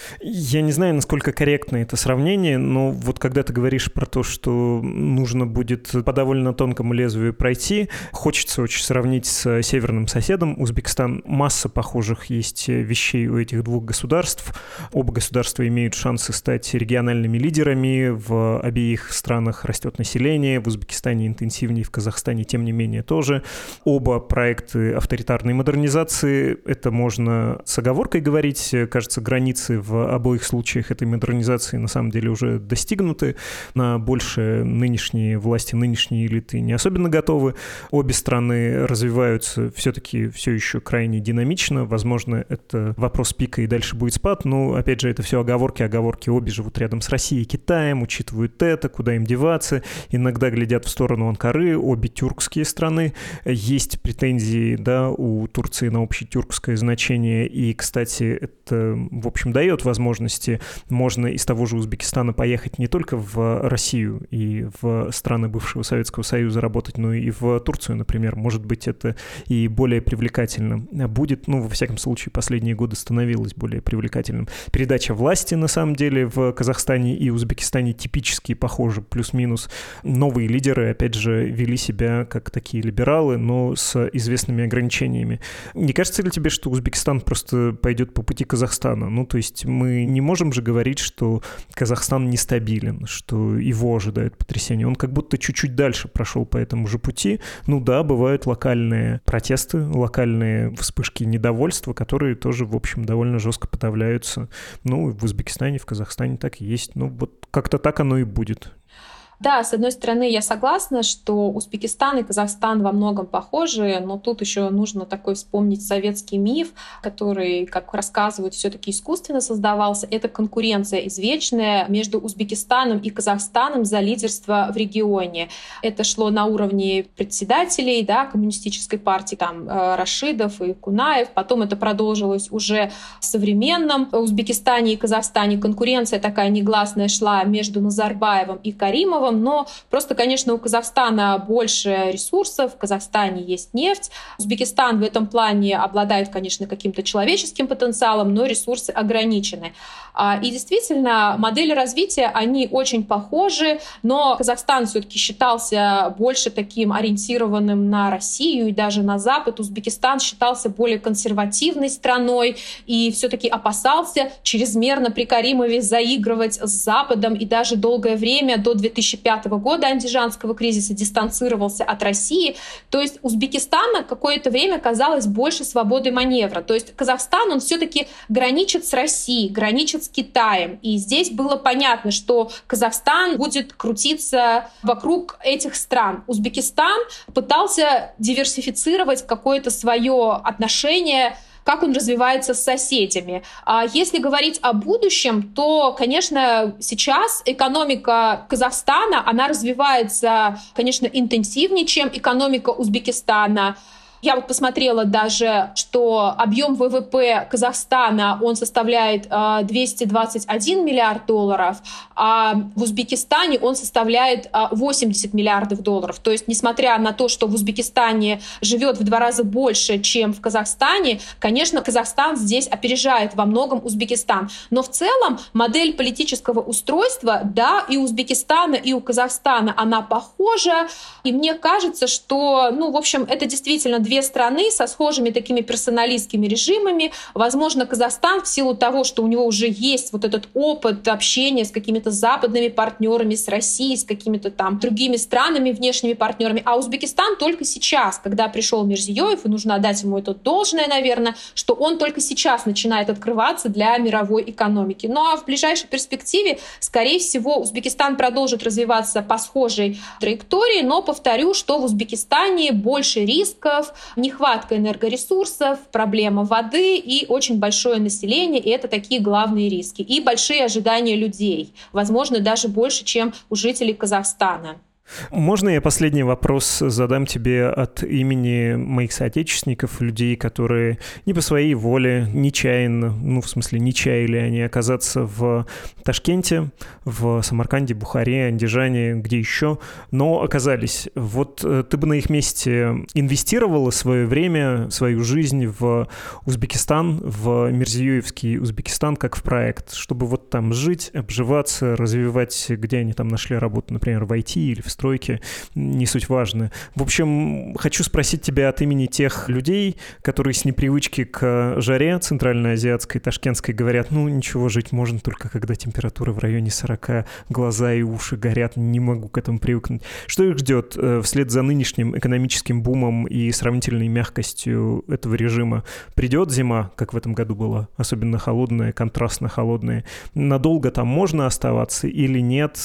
Я не знаю, насколько корректно это сравнение, но вот когда ты говоришь про то, что нужно будет по довольно тонкому лезвию пройти, хочется очень сравнить с северным соседом Узбекистан. Масса похожих есть вещей у этих двух государств. Оба государства имеют шансы стать региональными лидерами. В обеих странах растет население. В Узбекистане интенсивнее, в Казахстане тем не менее тоже. Оба проекты авторитарной модернизации. Это можно с оговоркой говорить. Кажется, границы в обоих случаях этой модернизации на самом деле уже достигнуты. На большее нынешние власти, нынешние элиты не особенно готовы. Обе страны развиваются все-таки все еще крайне динамично. Возможно, это вопрос пика и дальше будет спад. Но, опять же, это все оговорки. Оговорки обе живут рядом с Россией и Китаем, учитывают это, куда им деваться. Иногда глядят в сторону Анкары. Обе тюркские страны. Есть претензии, да, у Турции на общетюркское значение. И, кстати, это, в общем, дает возможности. Можно из того же Узбекистана поехать не только в Россию и в страны бывшего Советского Союза работать, но и в Турцию, например. Может быть, это и более привлекательно будет. Ну, во всяком случае, последние годы становилось более привлекательным. Передача власти, на самом деле, в Казахстане и Узбекистане типически похожи, плюс-минус. Новые лидеры, опять же, вели себя как такие либералы, но с известными ограничениями. Не кажется ли тебе, что Узбекистан просто пойдет по пути Казахстана? Ну, то есть мы не можем же говорить, что Казахстан нестабилен, что его ожидает потрясение. Он как будто чуть-чуть дальше прошел по этому же пути. Ну да, бывают локальные протесты, локальные вспышки недовольства, которые тоже, в общем, довольно жестко подавляются. Ну, в Узбекистане, в Казахстане так и есть. Ну, вот как-то так оно и будет. Да, с одной стороны, я согласна, что Узбекистан и Казахстан во многом похожи, но тут еще нужно такой вспомнить советский миф, который, как рассказывают, все-таки искусственно создавался. Это конкуренция извечная между Узбекистаном и Казахстаном за лидерство в регионе. Это шло на уровне председателей, да, коммунистической партии, там Рашидов и Кунаев. Потом это продолжилось уже в современном Узбекистане и Казахстане. Конкуренция такая негласная шла между Назарбаевым и Каримовым. Но просто, конечно, у Казахстана больше ресурсов, в Казахстане есть нефть. Узбекистан в этом плане обладает, конечно, каким-то человеческим потенциалом, но ресурсы ограничены. И действительно, модели развития, они очень похожи, но Казахстан все-таки считался больше таким ориентированным на Россию и даже на Запад. Узбекистан считался более консервативной страной и все-таки опасался чрезмерно при Каримове заигрывать с Западом и даже долгое время, до две тысячи пятого года андижанского кризиса, дистанцировался от России. То есть Узбекистана какое-то время казалось больше свободы маневра. То есть Казахстан, он все-таки граничит с Россией, граничит с Китаем. И здесь было понятно, что Казахстан будет крутиться вокруг этих стран. Узбекистан пытался диверсифицировать какое-то свое отношение, как он развивается с соседями. А если говорить о будущем, то, конечно, сейчас экономика Казахстана, она развивается, конечно, интенсивнее, чем экономика Узбекистана. Я вот посмотрела даже, что объем ВВП Казахстана, он составляет двести двадцать один миллиард долларов, а в Узбекистане он составляет восемьдесят миллиардов долларов. То есть, несмотря на то, что в Узбекистане живет в два раза больше, чем в Казахстане, конечно, Казахстан здесь опережает во многом Узбекистан. Но в целом модель политического устройства, да, и у Узбекистана, и у Казахстана, она похожа. И мне кажется, что, ну, в общем, это действительно две Две страны со схожими такими персоналистскими режимами. Возможно, Казахстан в силу того, что у него уже есть вот этот опыт общения с какими-то западными партнерами, с Россией, с какими-то там другими странами, внешними партнерами. А Узбекистан только сейчас, когда пришел Мирзиёев, и нужно отдать ему это должное, наверное, что он только сейчас начинает открываться для мировой экономики. Ну а в ближайшей перспективе, скорее всего, Узбекистан продолжит развиваться по схожей траектории, но повторю, что в Узбекистане больше рисков, нехватка энергоресурсов, проблема воды и очень большое население, и это такие главные риски. И большие ожидания людей, возможно, даже больше, чем у жителей Казахстана. Можно я последний вопрос задам тебе от имени моих соотечественников, людей, которые не по своей воле, нечаянно, ну, в смысле, не чаяли они оказаться в Ташкенте, в Самарканде, Бухаре, Андижане, где еще, но оказались. Вот ты бы на их месте инвестировала свое время, свою жизнь в Узбекистан, в Мирзиёевский Узбекистан, как в проект, чтобы вот там жить, обживаться, развивать, где они там нашли работу, например, в ай ти или в стройке, не суть важно. В общем, хочу спросить тебя от имени тех людей, которые с непривычки к жаре центральноазиатской, ташкентской говорят, ну ничего, жить можно только когда температура в районе сорока, глаза и уши горят, не могу к этому привыкнуть. Что их ждет вслед за нынешним экономическим бумом и сравнительной мягкостью этого режима? Придет зима, как в этом году была, особенно холодная, контрастно холодная. Надолго там можно оставаться или нет?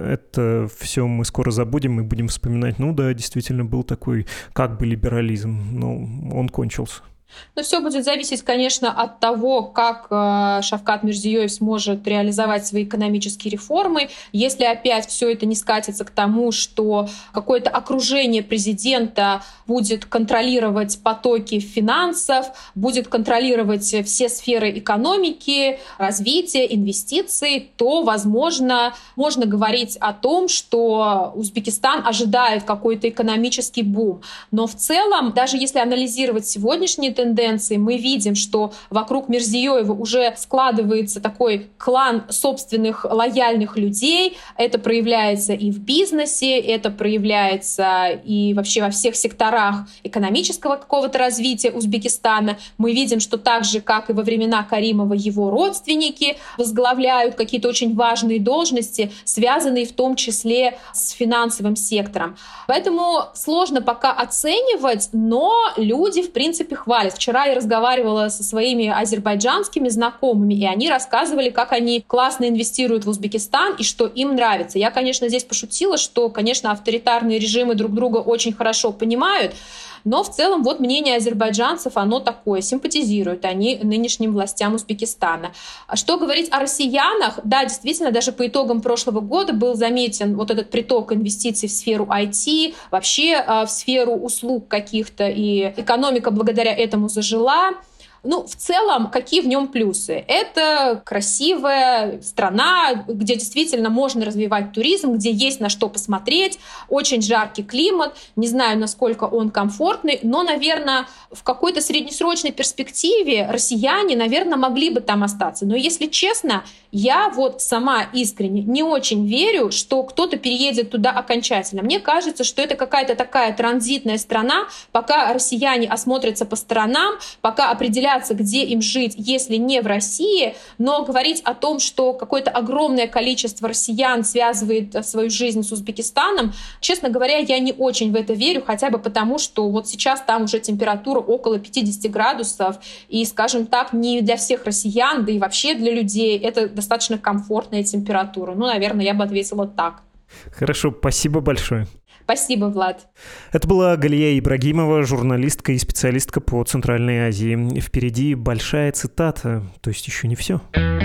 Это все мы скоро забудем и будем вспоминать, ну да, действительно был такой как бы либерализм, но он кончился. Но все будет зависеть, конечно, от того, как э, Шавкат Мирзиёев сможет реализовать свои экономические реформы. Если опять все это не скатится к тому, что какое-то окружение президента будет контролировать потоки финансов, будет контролировать все сферы экономики, развития, инвестиций, то, возможно, можно говорить о том, что Узбекистан ожидает какой-то экономический бум. Но в целом, даже если анализировать сегодняшние тенденции, мы видим, что вокруг Мирзиёева уже складывается такой клан собственных лояльных людей. Это проявляется и в бизнесе, это проявляется и вообще во всех секторах экономического какого-то развития Узбекистана. Мы видим, что так же, как и во времена Каримова, его родственники возглавляют какие-то очень важные должности, связанные в том числе с финансовым сектором. Поэтому сложно пока оценивать, но люди, в принципе, хвалят. Вчера я разговаривала со своими азербайджанскими знакомыми, и они рассказывали, как они классно инвестируют в Узбекистан и что им нравится. Я, конечно, здесь пошутила, что, конечно, авторитарные режимы друг друга очень хорошо понимают, но в целом вот мнение азербайджанцев, оно такое, симпатизируют они нынешним властям Узбекистана. Что говорить о россиянах? Да, действительно, даже по итогам прошлого года был заметен вот этот приток инвестиций в сферу ай ти, вообще в сферу услуг каких-то, и экономика благодаря этому зажила. Ну, в целом, какие в нем плюсы? Это красивая страна, где действительно можно развивать туризм, где есть на что посмотреть, очень жаркий климат, не знаю, насколько он комфортный, но, наверное, в какой-то среднесрочной перспективе россияне, наверное, могли бы там остаться. Но, если честно, я вот сама искренне не очень верю, что кто-то переедет туда окончательно. Мне кажется, что это какая-то такая транзитная страна, пока россияне осмотрятся по сторонам, пока определяются, где им жить, если не в России, но говорить о том, что какое-то огромное количество россиян связывает свою жизнь с Узбекистаном, честно говоря, я не очень в это верю, хотя бы потому, что вот сейчас там уже температура около пятьдесят градусов, и, скажем так, не для всех россиян, да и вообще для людей это достаточно комфортная температура. Ну, наверное, я бы ответила так. Хорошо, спасибо большое. Спасибо, Влад. Это была Галия Ибрагимова, журналистка и специалистка по Центральной Азии. Впереди большая цитата, то есть еще не все.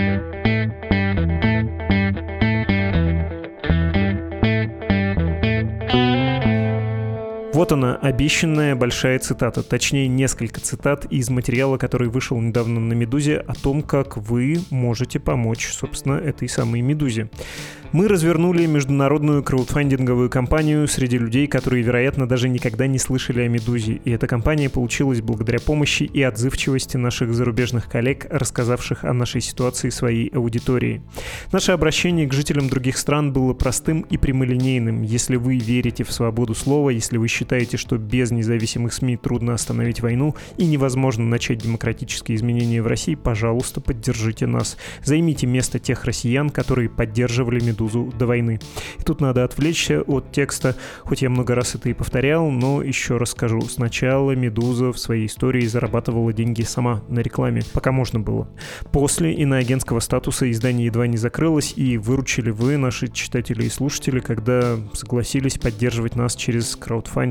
Вот она, обещанная большая цитата, точнее несколько цитат из материала, который вышел недавно на «Медузе», о том, как вы можете помочь, собственно, этой самой «Медузе». Мы развернули международную краудфандинговую кампанию среди людей, которые, вероятно, даже никогда не слышали о «Медузе». И эта кампания получилась благодаря помощи и отзывчивости наших зарубежных коллег, рассказавших о нашей ситуации своей аудитории. Наше обращение к жителям других стран было простым и прямолинейным. Если вы верите в свободу слова, если вы считаете, что без независимых СМИ трудно остановить войну и невозможно начать демократические изменения в России, пожалуйста, поддержите нас. Займите место тех россиян, которые поддерживали «Медузу» до войны. И тут надо отвлечься от текста, хоть я много раз это и повторял, но еще раз скажу. Сначала «Медуза» в своей истории зарабатывала деньги сама на рекламе, пока можно было. После иноагентского статуса издание едва не закрылось, и выручили вы, наши читатели и слушатели, когда согласились поддерживать нас через краудфандинг.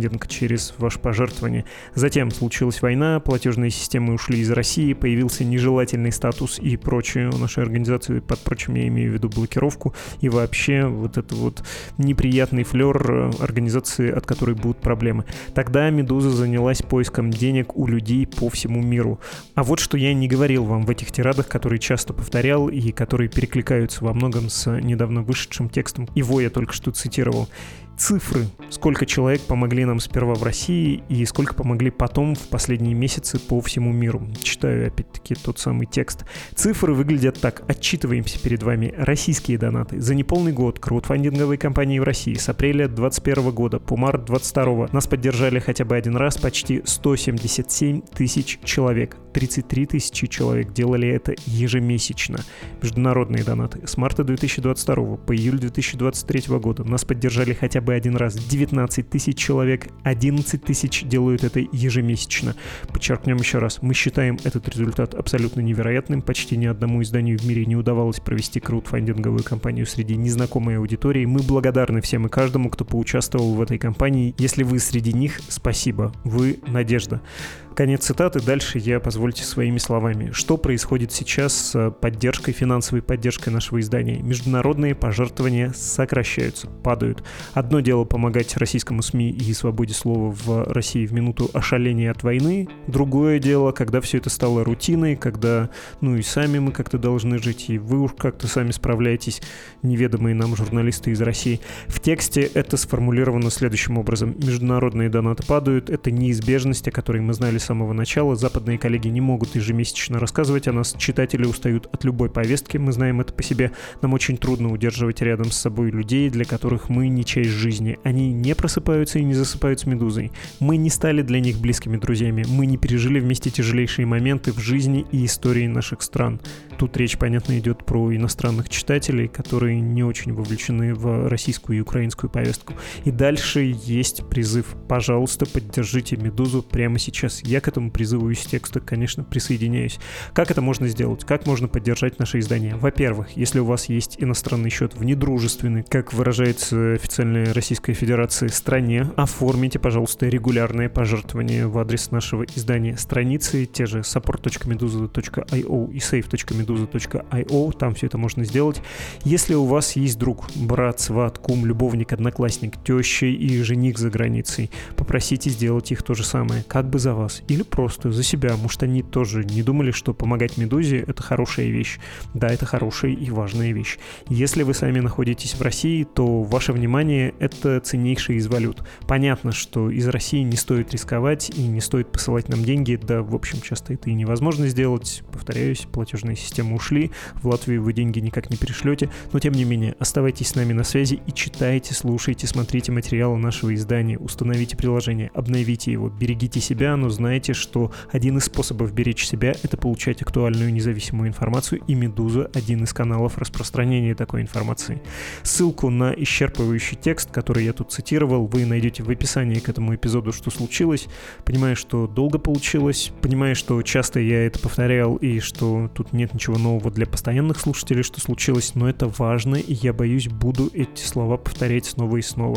краудфандинг через ваше пожертвование. Затем случилась война, платежные системы ушли из России, появился нежелательный статус и прочее у нашей организации, под прочим я имею в виду блокировку и вообще вот это вот неприятный флер организации, от которой будут проблемы. Тогда «Медуза» занялась поиском денег у людей по всему миру. А вот что я не говорил вам в этих тирадах, которые часто повторял и которые перекликаются во многом с недавно вышедшим текстом. Его я только что цитировал. Цифры. Сколько человек помогли нам сперва в России и сколько помогли потом в последние месяцы по всему миру. Читаю опять-таки тот самый текст. Цифры выглядят так. Отчитываемся перед вами. Российские донаты. За неполный год краудфандинговой кампании в России с апреля двадцать первого года по март двадцать второго нас поддержали хотя бы один раз почти сто семьдесят семь тысяч человек. тридцать три тысячи человек делали это ежемесячно. Международные донаты. С марта две тысячи двадцать второго по июль две тысячи двадцать третьего года нас поддержали хотя бы один раз девятнадцать тысяч человек, одиннадцать тысяч делают это ежемесячно. Подчеркнем еще раз, мы считаем этот результат абсолютно невероятным. Почти ни одному изданию в мире не удавалось провести краудфандинговую кампанию среди незнакомой аудитории. Мы благодарны всем и каждому, кто поучаствовал в этой кампании. Если вы среди них, спасибо, вы надежда. Конец цитаты. Дальше я, позвольте, своими словами. Что происходит сейчас с поддержкой, финансовой поддержкой нашего издания? Международные пожертвования сокращаются, падают. Одно дело помогать российскому СМИ и свободе слова в России в минуту ошаления от войны. Другое дело, когда все это стало рутиной, когда, ну и сами мы как-то должны жить, и вы уж как-то сами справляетесь, неведомые нам журналисты из России. В тексте это сформулировано следующим образом. Международные донаты падают. Это неизбежность, о которой мы знали с самого начала. Западные коллеги не могут ежемесячно рассказывать о нас. Читатели устают от любой повестки, мы знаем это по себе. Нам очень трудно удерживать рядом с собой людей, для которых мы не часть жизни. Они не просыпаются и не засыпают с «Медузой». Мы не стали для них близкими друзьями. Мы не пережили вместе тяжелейшие моменты в жизни и истории наших стран. Тут речь, понятно, идет про иностранных читателей, которые не очень вовлечены в российскую и украинскую повестку. И дальше есть призыв. Пожалуйста, поддержите «Медузу» прямо сейчас. Я к этому призыву из текста, конечно, присоединяюсь. Как это можно сделать? Как можно поддержать наше издание? Во-первых, если у вас есть иностранный счет в недружественной, как выражается официальная Российская Федерация, стране, оформите, пожалуйста, регулярные пожертвования в адрес нашего издания. Страницы те же support точка meduza точка io и save точка meduza точка io, там все это можно сделать. Если у вас есть друг, брат, сват, кум, любовник, одноклассник, теща и жених за границей, попросите сделать их то же самое, как бы за вас. Или просто за себя. Может, они тоже не думали, что помогать «Медузе» — это хорошая вещь. Да, это хорошая и важная вещь. Если вы сами находитесь в России, то ваше внимание — это ценнейшая из валют. Понятно, что из России не стоит рисковать и не стоит посылать нам деньги. Да, в общем, часто это и невозможно сделать. Повторяюсь, платежные системы ушли. В Латвию вы деньги никак не перешлете. Но, тем не менее, оставайтесь с нами на связи и читайте, слушайте, смотрите материалы нашего издания. Установите приложение, обновите его, берегите себя, но знаете, Знаете, что один из способов беречь себя — это получать актуальную независимую информацию, и «Медуза» — один из каналов распространения такой информации. Ссылку на исчерпывающий текст, который я тут цитировал, вы найдете в описании к этому эпизоду «Что случилось?». Понимаю, что долго получилось, понимаю, что часто я это повторял, и что тут нет ничего нового для постоянных слушателей, что случилось, но это важно, и я боюсь, буду эти слова повторять снова и снова.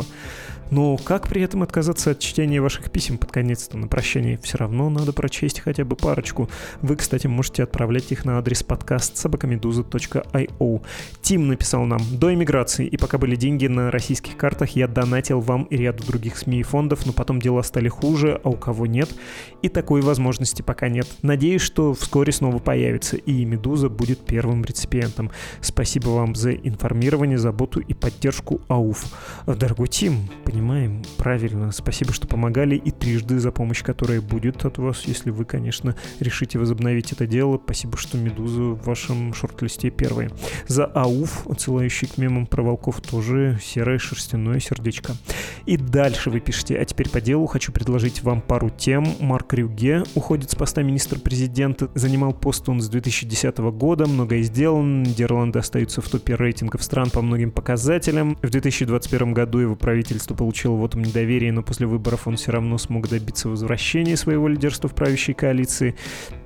Но как при этом отказаться от чтения ваших писем под конец-то на прощание? Все равно надо прочесть хотя бы парочку. Вы, кстати, можете отправлять их на адрес подкаст собака медуза точка io. Тим написал нам: до эмиграции и пока были деньги на российских картах, я донатил вам и ряду других СМИ и фондов, но потом дела стали хуже, а у кого нет. И такой возможности пока нет. Надеюсь, что вскоре снова появится, и «Медуза» будет первым реципиентом. Спасибо вам за информирование, заботу и поддержку. Ауф. Дорогой Тим, понимаем, правильно. Спасибо, что помогали, и трижды за помощь, которая будет от вас, если вы, конечно, решите возобновить это дело. Спасибо, что «Медуза» в вашем шорт-листе первая. За ауф, отсылающий к мемам про волков, тоже серое шерстяное сердечко. И дальше вы пишете: а теперь по делу хочу предложить вам пару тем. Марк Рюгге уходит с поста министра-президента. Занимал пост он с две тысячи десятого года. Многое сделано. Нидерланды остаются в топе рейтингов стран по многим показателям. В две тысячи двадцать первом году его правительство получило вотум недоверия, но после выборов он все равно смог добиться возвращения своего лидерства в правящей коалиции.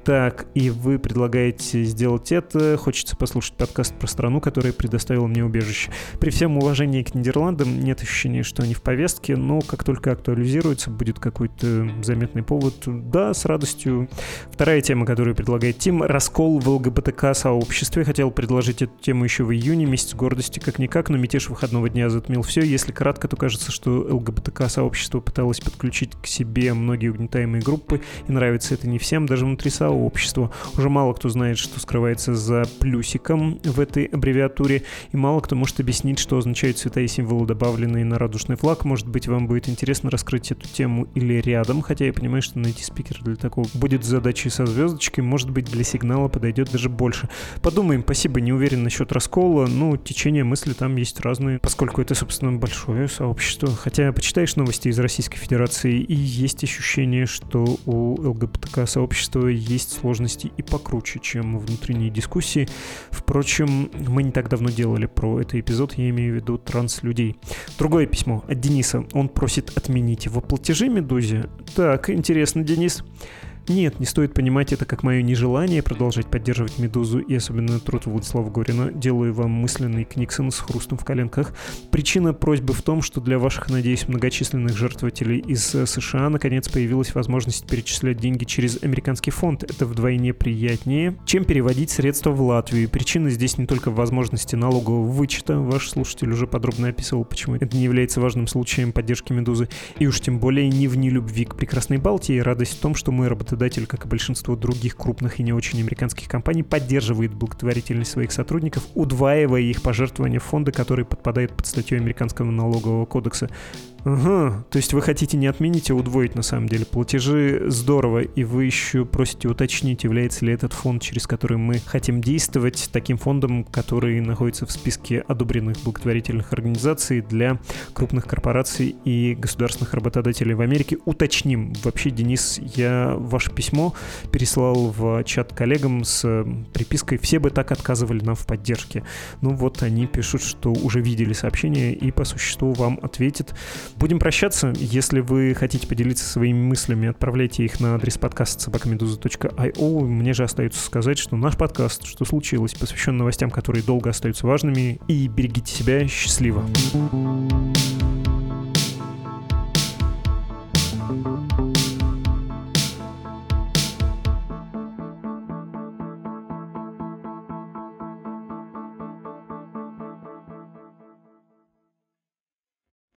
Так, и вы предлагаете сделать это. Хочется послушать подкаст про страну, которая предоставила мне убежище. При всем уважении к Нидерландам нет ощущения, что они в повестке, но как только актуализируется, будет какой-то заметный повод, да, с радостью. Вторая тема, которую предлагает Тим — раскол в ЛГБТК-сообществе. Хотел предложить эту тему еще в июне, месяц гордости как-никак, но мятеж выходного дня затмил все. Если кратко, то кажется, что ЛГБТК-сообщество пыталось подключить к себе многие угнетаемые группы, и нравится это не всем, даже внутри сообщества. Общество. Уже мало кто знает, что скрывается за плюсиком в этой аббревиатуре, и мало кто может объяснить, что означают цвета и символы, добавленные на радужный флаг. Может быть, вам будет интересно раскрыть эту тему или рядом, хотя я понимаю, что найти спикера для такого будет задачей со звездочкой, может быть, для сигнала подойдет даже больше. Подумаем, спасибо, не уверен насчет раскола, ну, течение мысли там есть разные, поскольку это, собственно, большое сообщество. Хотя почитаешь новости из Российской Федерации, и есть ощущение, что у ЛГБТК-сообщества есть сложности и покруче, чем внутренние дискуссии. Впрочем, мы не так давно делали про этот эпизод, я имею в виду транс-людей. Другое письмо от Дениса. Он просит отменить его платежи Медузе. Так, интересно, Денис. Нет, не стоит понимать это как мое нежелание продолжать поддерживать «Медузу» и особенно труд Владислава Горина. Делаю вам мысленный книксон с хрустом в коленках. Причина просьбы в том, что для ваших, надеюсь, многочисленных жертвователей из США наконец появилась возможность перечислять деньги через американский фонд. Это вдвойне приятнее, чем переводить средства в Латвию. Причина здесь не только в возможности налогового вычета. Ваш слушатель уже подробно описывал, почему это не является важным случаем поддержки «Медузы». И уж тем более не в нелюбви к прекрасной Балтии. Радость в том, что мой работодатель, как и большинство других крупных и не очень американских компаний, поддерживает благотворительность своих сотрудников, удваивая их пожертвования в фонды, которые подпадают под статью американского налогового кодекса. Ага, то есть вы хотите не отменить, а удвоить на самом деле платежи. Здорово. И вы еще просите уточнить, является ли этот фонд, через который мы хотим действовать, таким фондом, который находится в списке одобренных благотворительных организаций для крупных корпораций и государственных работодателей в Америке. Уточним. Вообще, Денис, я ваше письмо переслал в чат коллегам с припиской «Все бы так отказывали нам в поддержке». Ну вот они пишут, что уже видели сообщение и по существу вам ответят. Будем прощаться. Если вы хотите поделиться своими мыслями, отправляйте их на адрес подкаста собака медуза точка ай о. Мне же остается сказать, что наш подкаст «Что случилось?» посвящен новостям, которые долго остаются важными. И берегите себя. Счастливо.